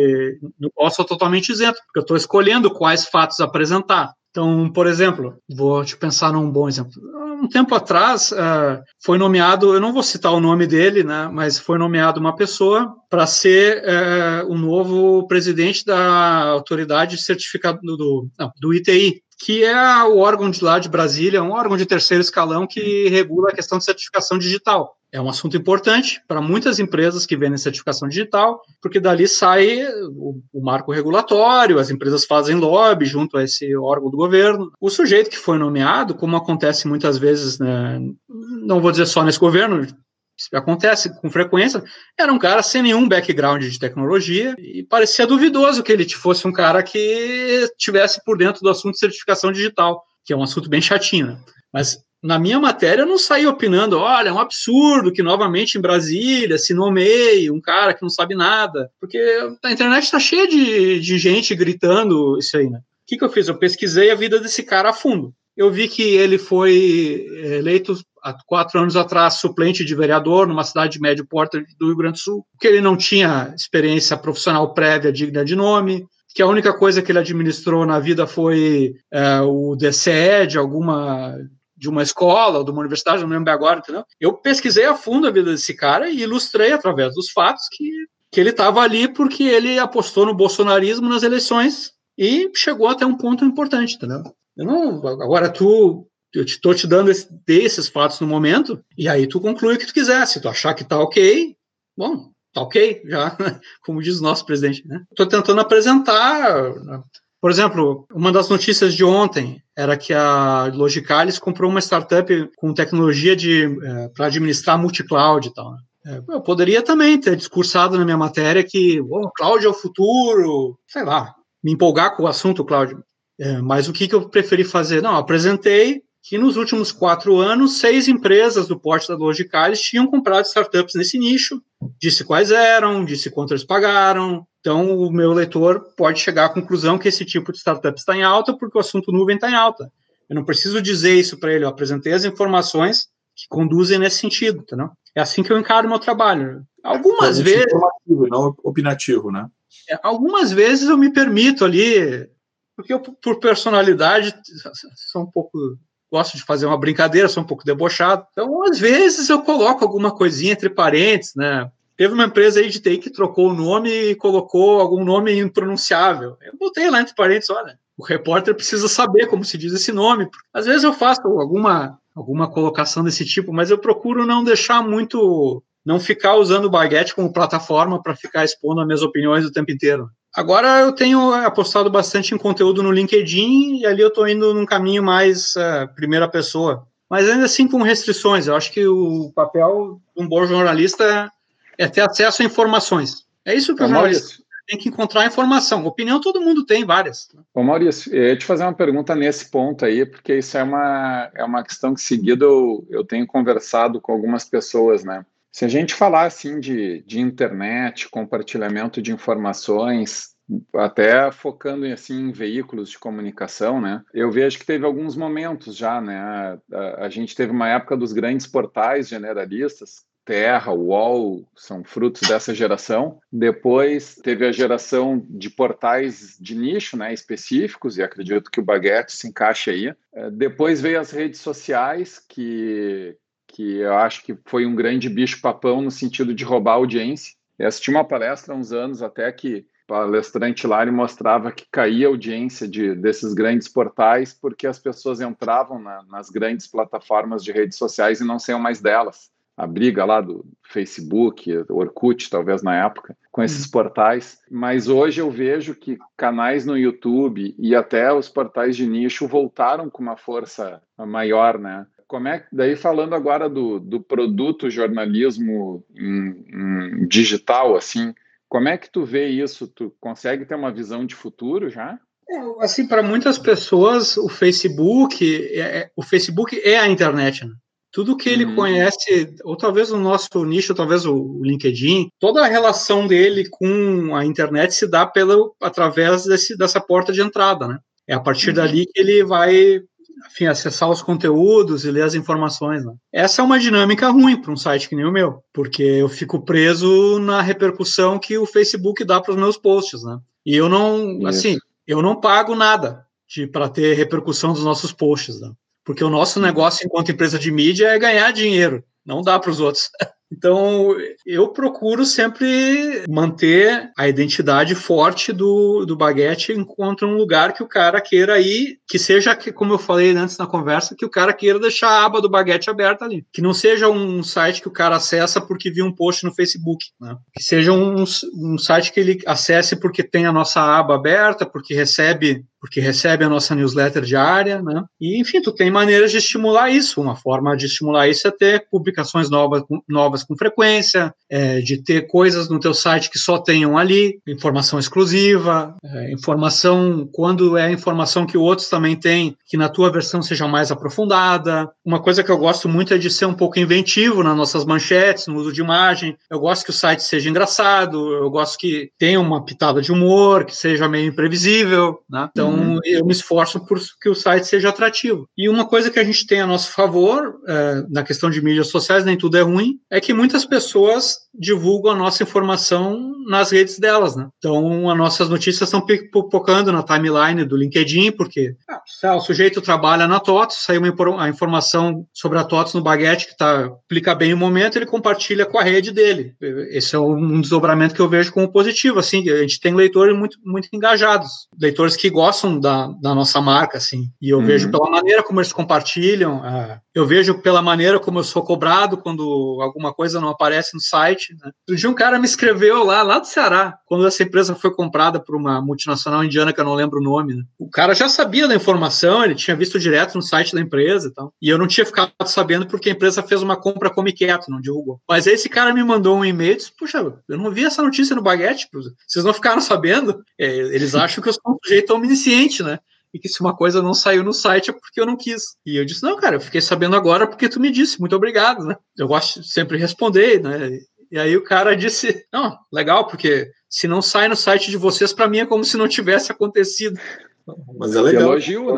não posso totalmente isento, porque eu estou escolhendo quais fatos apresentar. Então, por exemplo, vou te pensar num bom exemplo. Um tempo atrás, uh, foi nomeado, eu não vou citar o nome dele, né, mas foi nomeado uma pessoa para ser uh, o novo presidente da autoridade certificada do, não, do I T I, que é o órgão de lá de Brasília, um órgão de terceiro escalão que regula a questão de certificação digital. É um assunto importante para muitas empresas que vendem certificação digital, porque dali sai o, o marco regulatório, as empresas fazem lobby junto a esse órgão do governo. O sujeito que foi nomeado, como acontece muitas vezes, né, não vou dizer só nesse governo, isso acontece com frequência, era um cara sem nenhum background de tecnologia e parecia duvidoso que ele fosse um cara que estivesse por dentro do assunto de certificação digital, que é um assunto bem chatinho, né? Mas na minha matéria eu não saí opinando, olha, é um absurdo que novamente em Brasília se nomeie um cara que não sabe nada, porque a internet está cheia de, de gente gritando isso aí, né? O que, que eu fiz? Eu pesquisei a vida desse cara a fundo. Eu vi que ele foi eleito há quatro anos atrás suplente de vereador numa cidade de médio porte do Rio Grande do Sul, que ele não tinha experiência profissional prévia digna de nome, que a única coisa que ele administrou na vida foi é, o D C E de alguma de uma escola ou de uma universidade, não lembro agora, entendeu? Eu pesquisei a fundo a vida desse cara e ilustrei através dos fatos que, que ele estava ali porque ele apostou no bolsonarismo nas eleições e chegou até um ponto importante, entendeu? Eu não, agora tu, eu estou te, te dando esse, desses fatos no momento, e aí tu conclui o que tu quiser. Se tu achar que tá ok, bom, tá ok, já, como diz o nosso presidente, né? Estou tentando apresentar, por exemplo, uma das notícias de ontem era que a Logicalis comprou uma startup com tecnologia de, é, para administrar multi-cloud e tal, né? Eu poderia também ter discursado na minha matéria que o cloud é o futuro, sei lá, me empolgar com o assunto cloud. É, mas o que, que eu preferi fazer? Não, apresentei que nos últimos quatro anos, seis empresas do porte da Logicalis tinham comprado startups nesse nicho, disse quais eram, disse quanto eles pagaram. Então, o meu leitor pode chegar à conclusão que esse tipo de startup está em alta porque o assunto nuvem está em alta. Eu não preciso dizer isso para ele, eu apresentei as informações que conduzem nesse sentido, entendeu? É assim que eu encaro o meu trabalho. Algumas vezes... informativo, não opinativo, né? É, algumas vezes eu me permito ali, porque eu, por personalidade, sou um pouco... gosto de fazer uma brincadeira, sou um pouco debochado. Então, às vezes, eu coloco alguma coisinha entre parênteses, né? Teve uma empresa aí de T I que trocou o nome e colocou algum nome impronunciável. Eu botei lá entre parênteses, olha, o repórter precisa saber como se diz esse nome. Às vezes eu faço alguma, alguma colocação desse tipo, mas eu procuro não deixar muito... não ficar usando o Baguete como plataforma para ficar expondo as minhas opiniões o tempo inteiro. Agora eu tenho apostado bastante em conteúdo no LinkedIn e ali eu estou indo num caminho mais uh, primeira pessoa. Mas ainda assim com restrições. Eu acho que o papel de um bom jornalista é ter acesso a informações. É isso que Ô, o jornalista Maurício, tem que encontrar informação. Opinião todo mundo tem, várias. Ô, Maurício, eu ia te fazer uma pergunta nesse ponto aí, porque isso é uma, é uma questão que seguido eu, eu tenho conversado com algumas pessoas, né? Se a gente falar assim de, de internet, compartilhamento de informações, até focando em, assim, em veículos de comunicação, né? Eu vejo que teve alguns momentos já, né? A, a, a gente teve uma época dos grandes portais generalistas, Terra, U O L, são frutos dessa geração. Depois teve a geração de portais de nicho, né, específicos, e acredito que o Baguete se encaixa aí. Depois veio as redes sociais, que, que eu acho que foi um grande bicho-papão no sentido de roubar a audiência. Eu assisti uma palestra há uns anos até que o palestrante lá ele mostrava que caía a audiência de, desses grandes portais porque as pessoas entravam na, nas grandes plataformas de redes sociais e não saiam mais delas. A briga lá do Facebook, Orkut, talvez na época, com esses portais. Mas hoje eu vejo que canais no YouTube e até os portais de nicho voltaram com uma força maior, né? Como é que, daí falando agora do, do produto jornalismo em, em digital, assim, como é que tu vê isso? Tu consegue ter uma visão de futuro já? É, assim, para muitas pessoas, o Facebook é, o Facebook é a internet, né? Tudo que ele uhum. conhece, ou talvez o nosso nicho, ou talvez o LinkedIn, toda a relação dele com a internet se dá pelo, através desse, dessa porta de entrada, né? É a partir uhum. dali que ele vai, enfim, acessar os conteúdos e ler as informações, né? Essa é uma dinâmica ruim para um site que nem o meu, porque eu fico preso na repercussão que o Facebook dá para os meus posts, né? E eu não, Isso. assim, eu não pago nada para ter repercussão dos nossos posts, né? Porque o nosso negócio enquanto empresa de mídia é ganhar dinheiro, não dá para os outros. Então, eu procuro sempre manter a identidade forte do, do Baguete enquanto um lugar que o cara queira ir, que seja, como eu falei antes na conversa, que o cara queira deixar a aba do Baguete aberta ali. Que não seja um site que o cara acessa porque viu um post no Facebook, né? Que seja um, um site que ele acesse porque tem a nossa aba aberta, porque recebe, porque recebe a nossa newsletter diária, né? E, enfim, tu tem maneiras de estimular isso. Uma forma de estimular isso é ter publicações novas, novas com frequência, é, de ter coisas no teu site que só tenham ali, informação exclusiva, é, informação, quando é informação que outros também têm, que na tua versão seja mais aprofundada. Uma coisa que eu gosto muito é de ser um pouco inventivo nas nossas manchetes, no uso de imagem. Eu gosto que o site seja engraçado, eu gosto que tenha uma pitada de humor, que seja meio imprevisível, né? Então, uhum. eu me esforço por que o site seja atrativo. E uma coisa que a gente tem a nosso favor, é, na questão de mídias sociais, nem tudo é ruim, é que muitas pessoas divulgam a nossa informação nas redes delas, né? Então, as nossas notícias estão pipocando na timeline do LinkedIn, porque ah, o sujeito trabalha na TOTS, saiu uma, a informação sobre a TOTS no Baguete que tá, aplica bem o momento, ele compartilha com a rede dele. Esse é um desdobramento que eu vejo como positivo, assim, a gente tem leitores muito, muito engajados, leitores que gostam da, da nossa marca, assim, e eu uhum. vejo pela maneira como eles compartilham, uh, eu vejo pela maneira como eu sou cobrado quando alguma coisa não aparece no site, né? Um dia um cara me escreveu lá, lá do Ceará, quando essa empresa foi comprada por uma multinacional indiana que eu não lembro o nome, né? O cara já sabia da informação, ele tinha visto direto no site da empresa e tal, e eu não tinha ficado sabendo porque a empresa fez uma compra come quieto, não divulgou. Mas aí esse cara me mandou um e-mail e disse, puxa, eu não vi essa notícia no Baguete, vocês não ficaram sabendo? É, eles acham que eu sou um sujeito onisciente, né? E que se uma coisa não saiu no site é porque eu não quis. E eu disse, não, cara, eu fiquei sabendo agora porque tu me disse, muito obrigado, né? Eu gosto de sempre responder, né? E aí o cara disse, não, legal, porque se não sai no site de vocês, para mim é como se não tivesse acontecido. Mas é legal. Que elogio, né?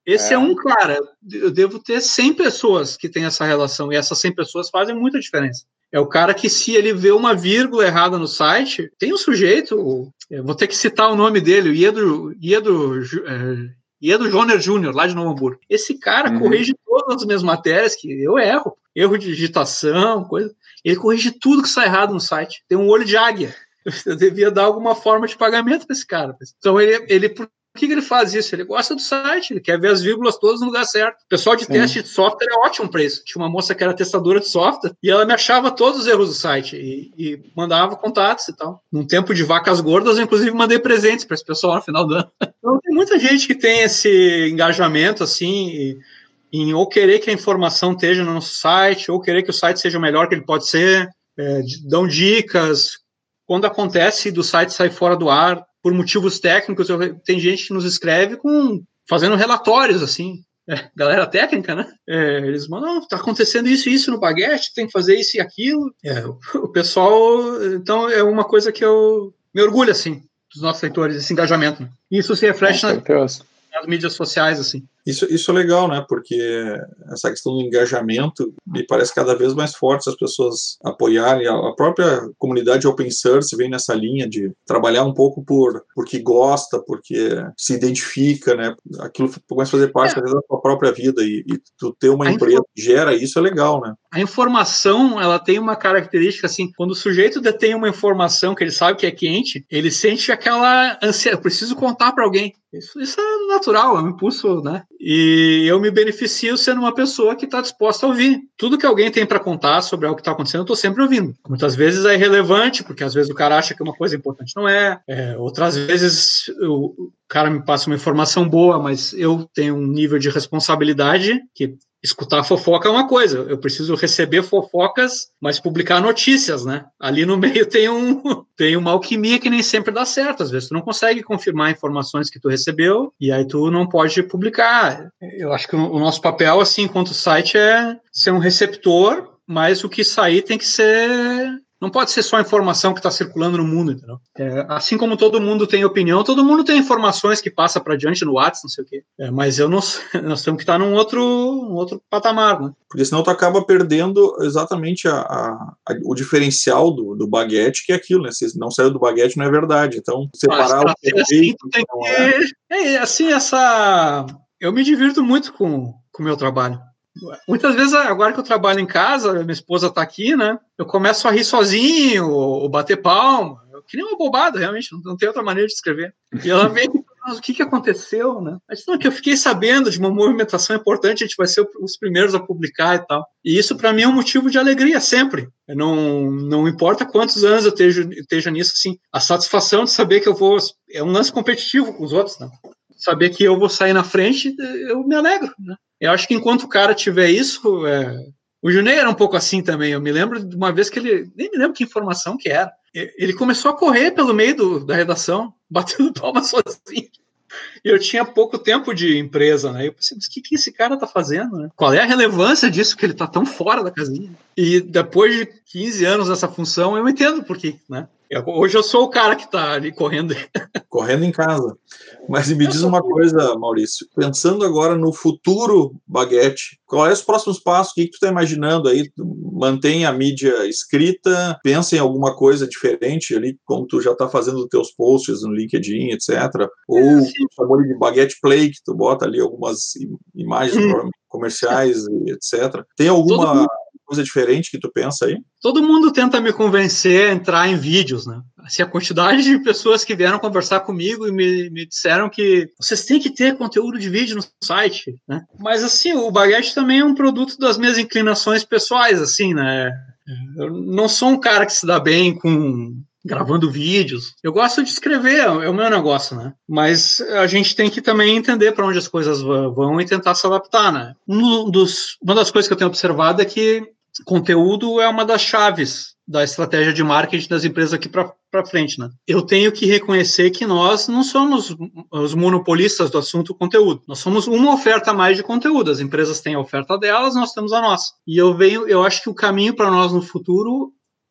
Esse é. é um cara, eu devo ter cem pessoas que têm essa relação, e essas cem pessoas fazem muita diferença. É o cara que, se ele vê uma vírgula errada no site, tem um sujeito, vou ter que citar o nome dele, o Iedo, Iedo, é, Iedo Joner Júnior, lá de Novo Hamburgo. Esse cara uhum. corrige todas as minhas matérias que eu erro, erro de digitação, coisa. Ele corrige tudo que sai errado no site. Tem um olho de águia. Eu devia dar alguma forma de pagamento para esse cara. Então, ele, ele por que ele faz isso? Ele gosta do site, ele quer ver as vírgulas todas no lugar certo. O pessoal de Sim. teste de software é ótimo para isso. Tinha uma moça que era testadora de software e ela me achava todos os erros do site e, e mandava contatos e tal. Num tempo de vacas gordas, eu inclusive mandei presentes para esse pessoal no final do ano. Então, tem muita gente que tem esse engajamento assim, e, em ou querer que a informação esteja no nosso site, ou querer que o site seja o melhor que ele pode ser, é, dão dicas. Quando acontece do site sair fora do ar, por motivos técnicos, eu, tem gente que nos escreve com, fazendo relatórios, assim, é, galera técnica, né? É, eles mandam, oh, tá acontecendo isso e isso no Baguete, tem que fazer isso e aquilo. É, o, o pessoal, então, é uma coisa que eu me orgulho, assim, dos nossos leitores, esse engajamento. Né? Isso se reflete na, nas mídias sociais, assim. Isso, isso é legal, né? Porque essa questão do engajamento me parece cada vez mais forte, se as pessoas apoiarem. A própria comunidade open source vem nessa linha de trabalhar um pouco por porque gosta, porque se identifica, né? Aquilo começa a fazer parte é. da sua própria vida e, e tu ter uma a empresa inform... que gera isso é legal, né? A informação, ela tem uma característica assim, quando o sujeito detém uma informação que ele sabe que é quente, ele sente aquela ansiedade, eu preciso contar para alguém. Isso, isso é natural, é um impulso, né? E eu me beneficio sendo uma pessoa que está disposta a ouvir. Tudo que alguém tem para contar sobre algo que está acontecendo, eu estou sempre ouvindo. Muitas vezes é irrelevante, porque às vezes o cara acha que uma coisa importante não é. é outras vezes eu, o cara me passa uma informação boa, mas eu tenho um nível de responsabilidade que... Escutar fofoca é uma coisa, eu preciso receber fofocas, mas publicar notícias, né? Ali no meio tem, um, tem uma alquimia que nem sempre dá certo, às vezes tu não consegue confirmar informações que tu recebeu, e aí tu não pode publicar. Eu acho que o nosso papel, assim, enquanto site, é ser um receptor, mas o que sair tem que ser... Não pode ser só a informação que está circulando no mundo, entendeu? É, assim como todo mundo tem opinião, todo mundo tem informações que passa para diante no WhatsApp, não sei o quê. É, mas eu não, nós temos que estar num outro, um outro patamar, né? Porque senão tu acaba perdendo exatamente a, a, a, o diferencial do, do Baguete, que é aquilo, né? Se não saiu do Baguete, não é verdade. Então, separar ah, o perfeito... Assim, tem que... é. É, assim, essa... Eu me divirto muito com o meu trabalho. Muitas vezes, agora que eu trabalho em casa, minha esposa está aqui, né? Eu começo a rir sozinho, ou bater palma, que nem uma bobada, realmente, não tem outra maneira de escrever. E ela vem o que, que aconteceu, né? Mas não, que eu fiquei sabendo de uma movimentação importante, a gente vai ser os primeiros a publicar e tal. E isso, para mim, é um motivo de alegria, sempre. Eu não, não importa quantos anos eu esteja, esteja nisso, assim, a satisfação de saber que eu vou... É um lance competitivo com os outros, né? Saber que eu vou sair na frente, eu me alegro, né? Eu acho que enquanto o cara tiver isso... É... O Junei era um pouco assim também. Eu me lembro de uma vez que ele... Nem me lembro que informação que era. Ele começou a correr pelo meio do, da redação, batendo palma sozinho. E eu tinha pouco tempo de empresa, né? Eu pensei, mas o que, que esse cara tá fazendo, né? Qual é a relevância disso, que ele tá tão fora da casinha? E depois de quinze anos nessa função, eu entendo por quê, né? Eu, hoje eu sou o cara que tá ali correndo. Correndo em casa. Mas me diz uma coisa, Maurício. Pensando agora no futuro Baguete, quais são os próximos passos? O que, que tu tá imaginando aí? Tu mantém a mídia escrita? Pensa em alguma coisa diferente ali, como tu já tá fazendo os teus posts no LinkedIn, etcétera. Ou é, o chamou de Baguete Play, que tu bota ali algumas imagens hum. comerciais, etcétera. Tem alguma... coisa diferente que tu pensa aí? Todo mundo tenta me convencer a entrar em vídeos, né? Assim, a quantidade de pessoas que vieram conversar comigo e me, me disseram que vocês têm que ter conteúdo de vídeo no site, né? Mas, assim, o Baguete também é um produto das minhas inclinações pessoais, assim, né? Eu não sou um cara que se dá bem com... gravando vídeos. Eu gosto de escrever, é o meu negócio, né? Mas a gente tem que também entender para onde as coisas vão e tentar se adaptar, né? Um dos, uma das coisas que eu tenho observado é que conteúdo é uma das chaves da estratégia de marketing das empresas aqui para frente, né? Eu tenho que reconhecer que nós não somos os monopolistas do assunto conteúdo. Nós somos uma oferta a mais de conteúdo. As empresas têm a oferta delas, nós temos a nossa. E eu venho, eu acho que o caminho para nós no futuro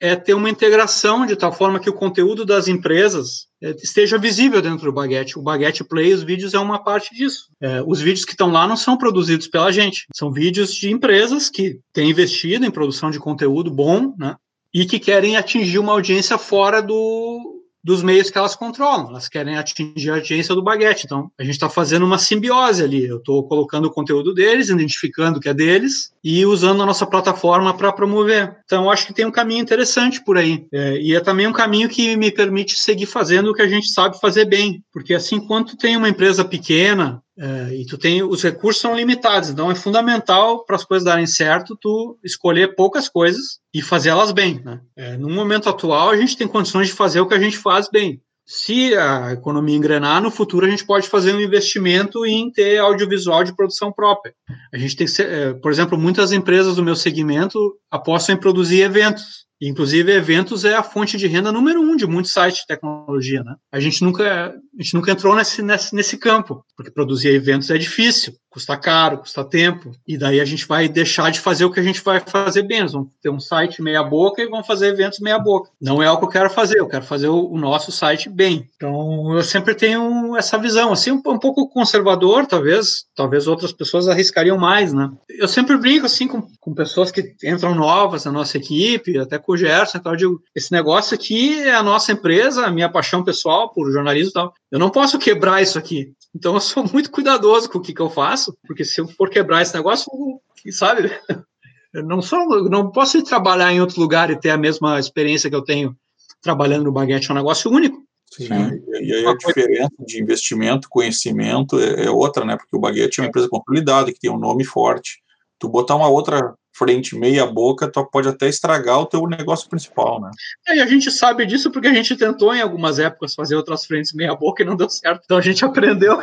é ter uma integração de tal forma que o conteúdo das empresas é, esteja visível dentro do Baguete. O Baguete Play, os vídeos é uma parte disso. É, os vídeos que estão lá não são produzidos pela gente, são vídeos de empresas que têm investido em produção de conteúdo bom, né, e que querem atingir uma audiência fora do... dos meios que elas controlam, elas querem atingir a audiência do Baguete, então a gente está fazendo uma simbiose ali, eu estou colocando o conteúdo deles, identificando que é deles e usando a nossa plataforma para promover, então eu acho que tem um caminho interessante por aí, é, e é também um caminho que me permite seguir fazendo o que a gente sabe fazer bem, porque assim, quando tem uma empresa pequena, É, e tu tem, os recursos são limitados, então é fundamental para as coisas darem certo tu escolher poucas coisas e fazê-las bem, né? É, no momento atual a gente tem condições de fazer o que a gente faz bem. Se a economia engrenar, no futuro a gente pode fazer um investimento em ter audiovisual de produção própria. A gente tem, é, por exemplo, muitas empresas do meu segmento apostam em produzir eventos. Inclusive, eventos é a fonte de renda número um de muitos sites de tecnologia, né? A gente nunca, a gente nunca entrou nesse, nesse, nesse campo, porque produzir eventos é difícil, custa caro, custa tempo, e daí a gente vai deixar de fazer o que a gente vai fazer bem. Nós vamos ter um site meia boca e vamos fazer eventos meia boca. Não é o que eu quero fazer, eu quero fazer o, o nosso site bem. Então, eu sempre tenho essa visão, assim, um, um pouco conservador, talvez, talvez outras pessoas arriscariam mais, né? Eu sempre brinco, assim, com, com pessoas que entram novas na nossa equipe, até com o Gerson, então eu digo, esse negócio aqui é a nossa empresa, a minha paixão pessoal por jornalismo e tal, eu não posso quebrar isso aqui, então eu sou muito cuidadoso com o que, que eu faço, porque se eu for quebrar esse negócio, sabe, eu não, sou, eu não posso ir trabalhar em outro lugar e ter a mesma experiência que eu tenho trabalhando no Baguete, é um negócio único. Sim, e aí a diferença de investimento, conhecimento é, é outra, né, porque o Baguete é uma empresa consolidada, que tem um nome forte, tu botar uma outra frente meia boca, tu pode até estragar o teu negócio principal, né? É, e a gente sabe disso porque a gente tentou em algumas épocas fazer outras frentes meia boca e não deu certo, então a gente aprendeu.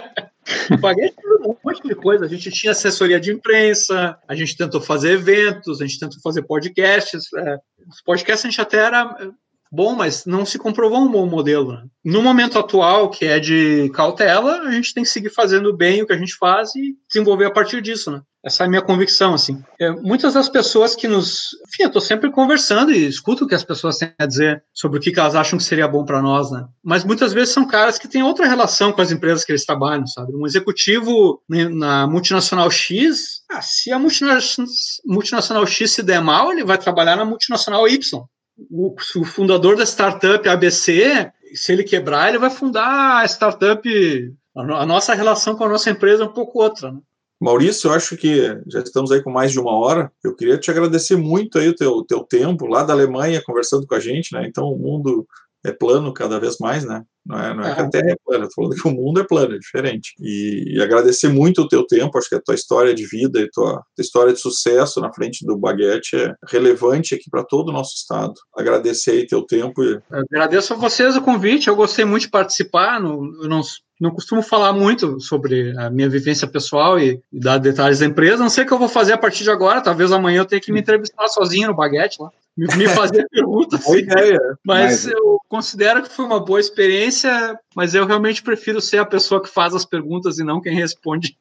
O Baguete fez um monte de coisa, a gente tinha assessoria de imprensa, a gente tentou fazer eventos, a gente tentou fazer podcasts, é, os podcasts a gente até era bom, mas não se comprovou um bom modelo, né? No momento atual, que é de cautela, a gente tem que seguir fazendo bem o que a gente faz e desenvolver a partir disso, né? Essa é a minha convicção, assim. É, muitas das pessoas que nos... Enfim, eu estou sempre conversando e escuto o que as pessoas têm a dizer sobre o que, que elas acham que seria bom para nós, né? Mas muitas vezes são caras que têm outra relação com as empresas que eles trabalham, sabe? Um executivo na multinacional X, ah, se a multinacional X se der mal, ele vai trabalhar na multinacional Y. O, o fundador da startup A B C, se ele quebrar, ele vai fundar a startup... A nossa relação com a nossa empresa é um pouco outra, né? Maurício, eu acho que já estamos aí com mais de uma hora. Eu queria te agradecer muito aí o teu, teu tempo lá da Alemanha conversando com a gente, né? Então o mundo é plano cada vez mais, né? Não é, não é que a Terra é plana, estou falando que o mundo é plano, é diferente. E, e agradecer muito o teu tempo, acho que a tua história de vida e tua, tua história de sucesso na frente do Baguete é relevante aqui para todo o nosso estado. Agradecer aí teu tempo. E... Agradeço a vocês o convite, eu gostei muito de participar, no, eu não... Não costumo falar muito sobre a minha vivência pessoal e, e dar detalhes da empresa. Não sei o que eu vou fazer a partir de agora. Talvez amanhã eu tenha que me entrevistar sozinho no Baguete lá, me, me fazer perguntas. Boa ideia. Mas, mas eu considero que foi uma boa experiência, mas eu realmente prefiro ser a pessoa que faz as perguntas e não quem responde.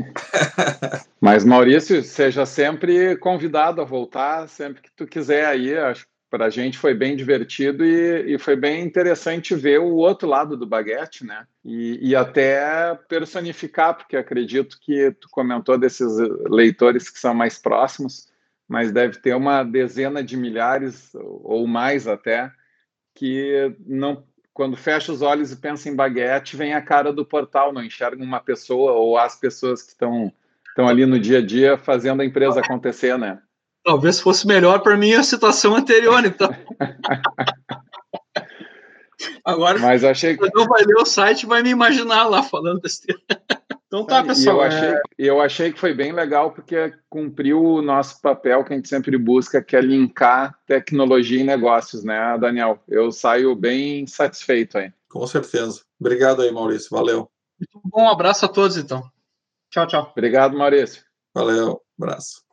Mas, Maurício, seja sempre convidado a voltar sempre que tu quiser aí. Acho que para a gente foi bem divertido e, e foi bem interessante ver o outro lado do Baguete, né? E, e até personificar, porque acredito que tu comentou desses leitores que são mais próximos, mas deve ter uma dezena de milhares ou mais até, que não, quando fecha os olhos e pensa em Baguete, vem a cara do portal, não enxerga uma pessoa ou as pessoas que estão estão ali no dia a dia fazendo a empresa acontecer, né? Talvez fosse melhor para mim a situação anterior, então. Agora, mas achei que não vai ler o site, vai me imaginar lá falando besteira. Então tá, pessoal. E eu, achei, é... eu achei que foi bem legal, porque cumpriu o nosso papel que a gente sempre busca, que é linkar tecnologia e negócios, né, Daniel? Eu saio bem satisfeito aí. Com certeza. Obrigado aí, Maurício. Valeu. Muito bom, um abraço a todos, então. Tchau, tchau. Obrigado, Maurício. Valeu, abraço.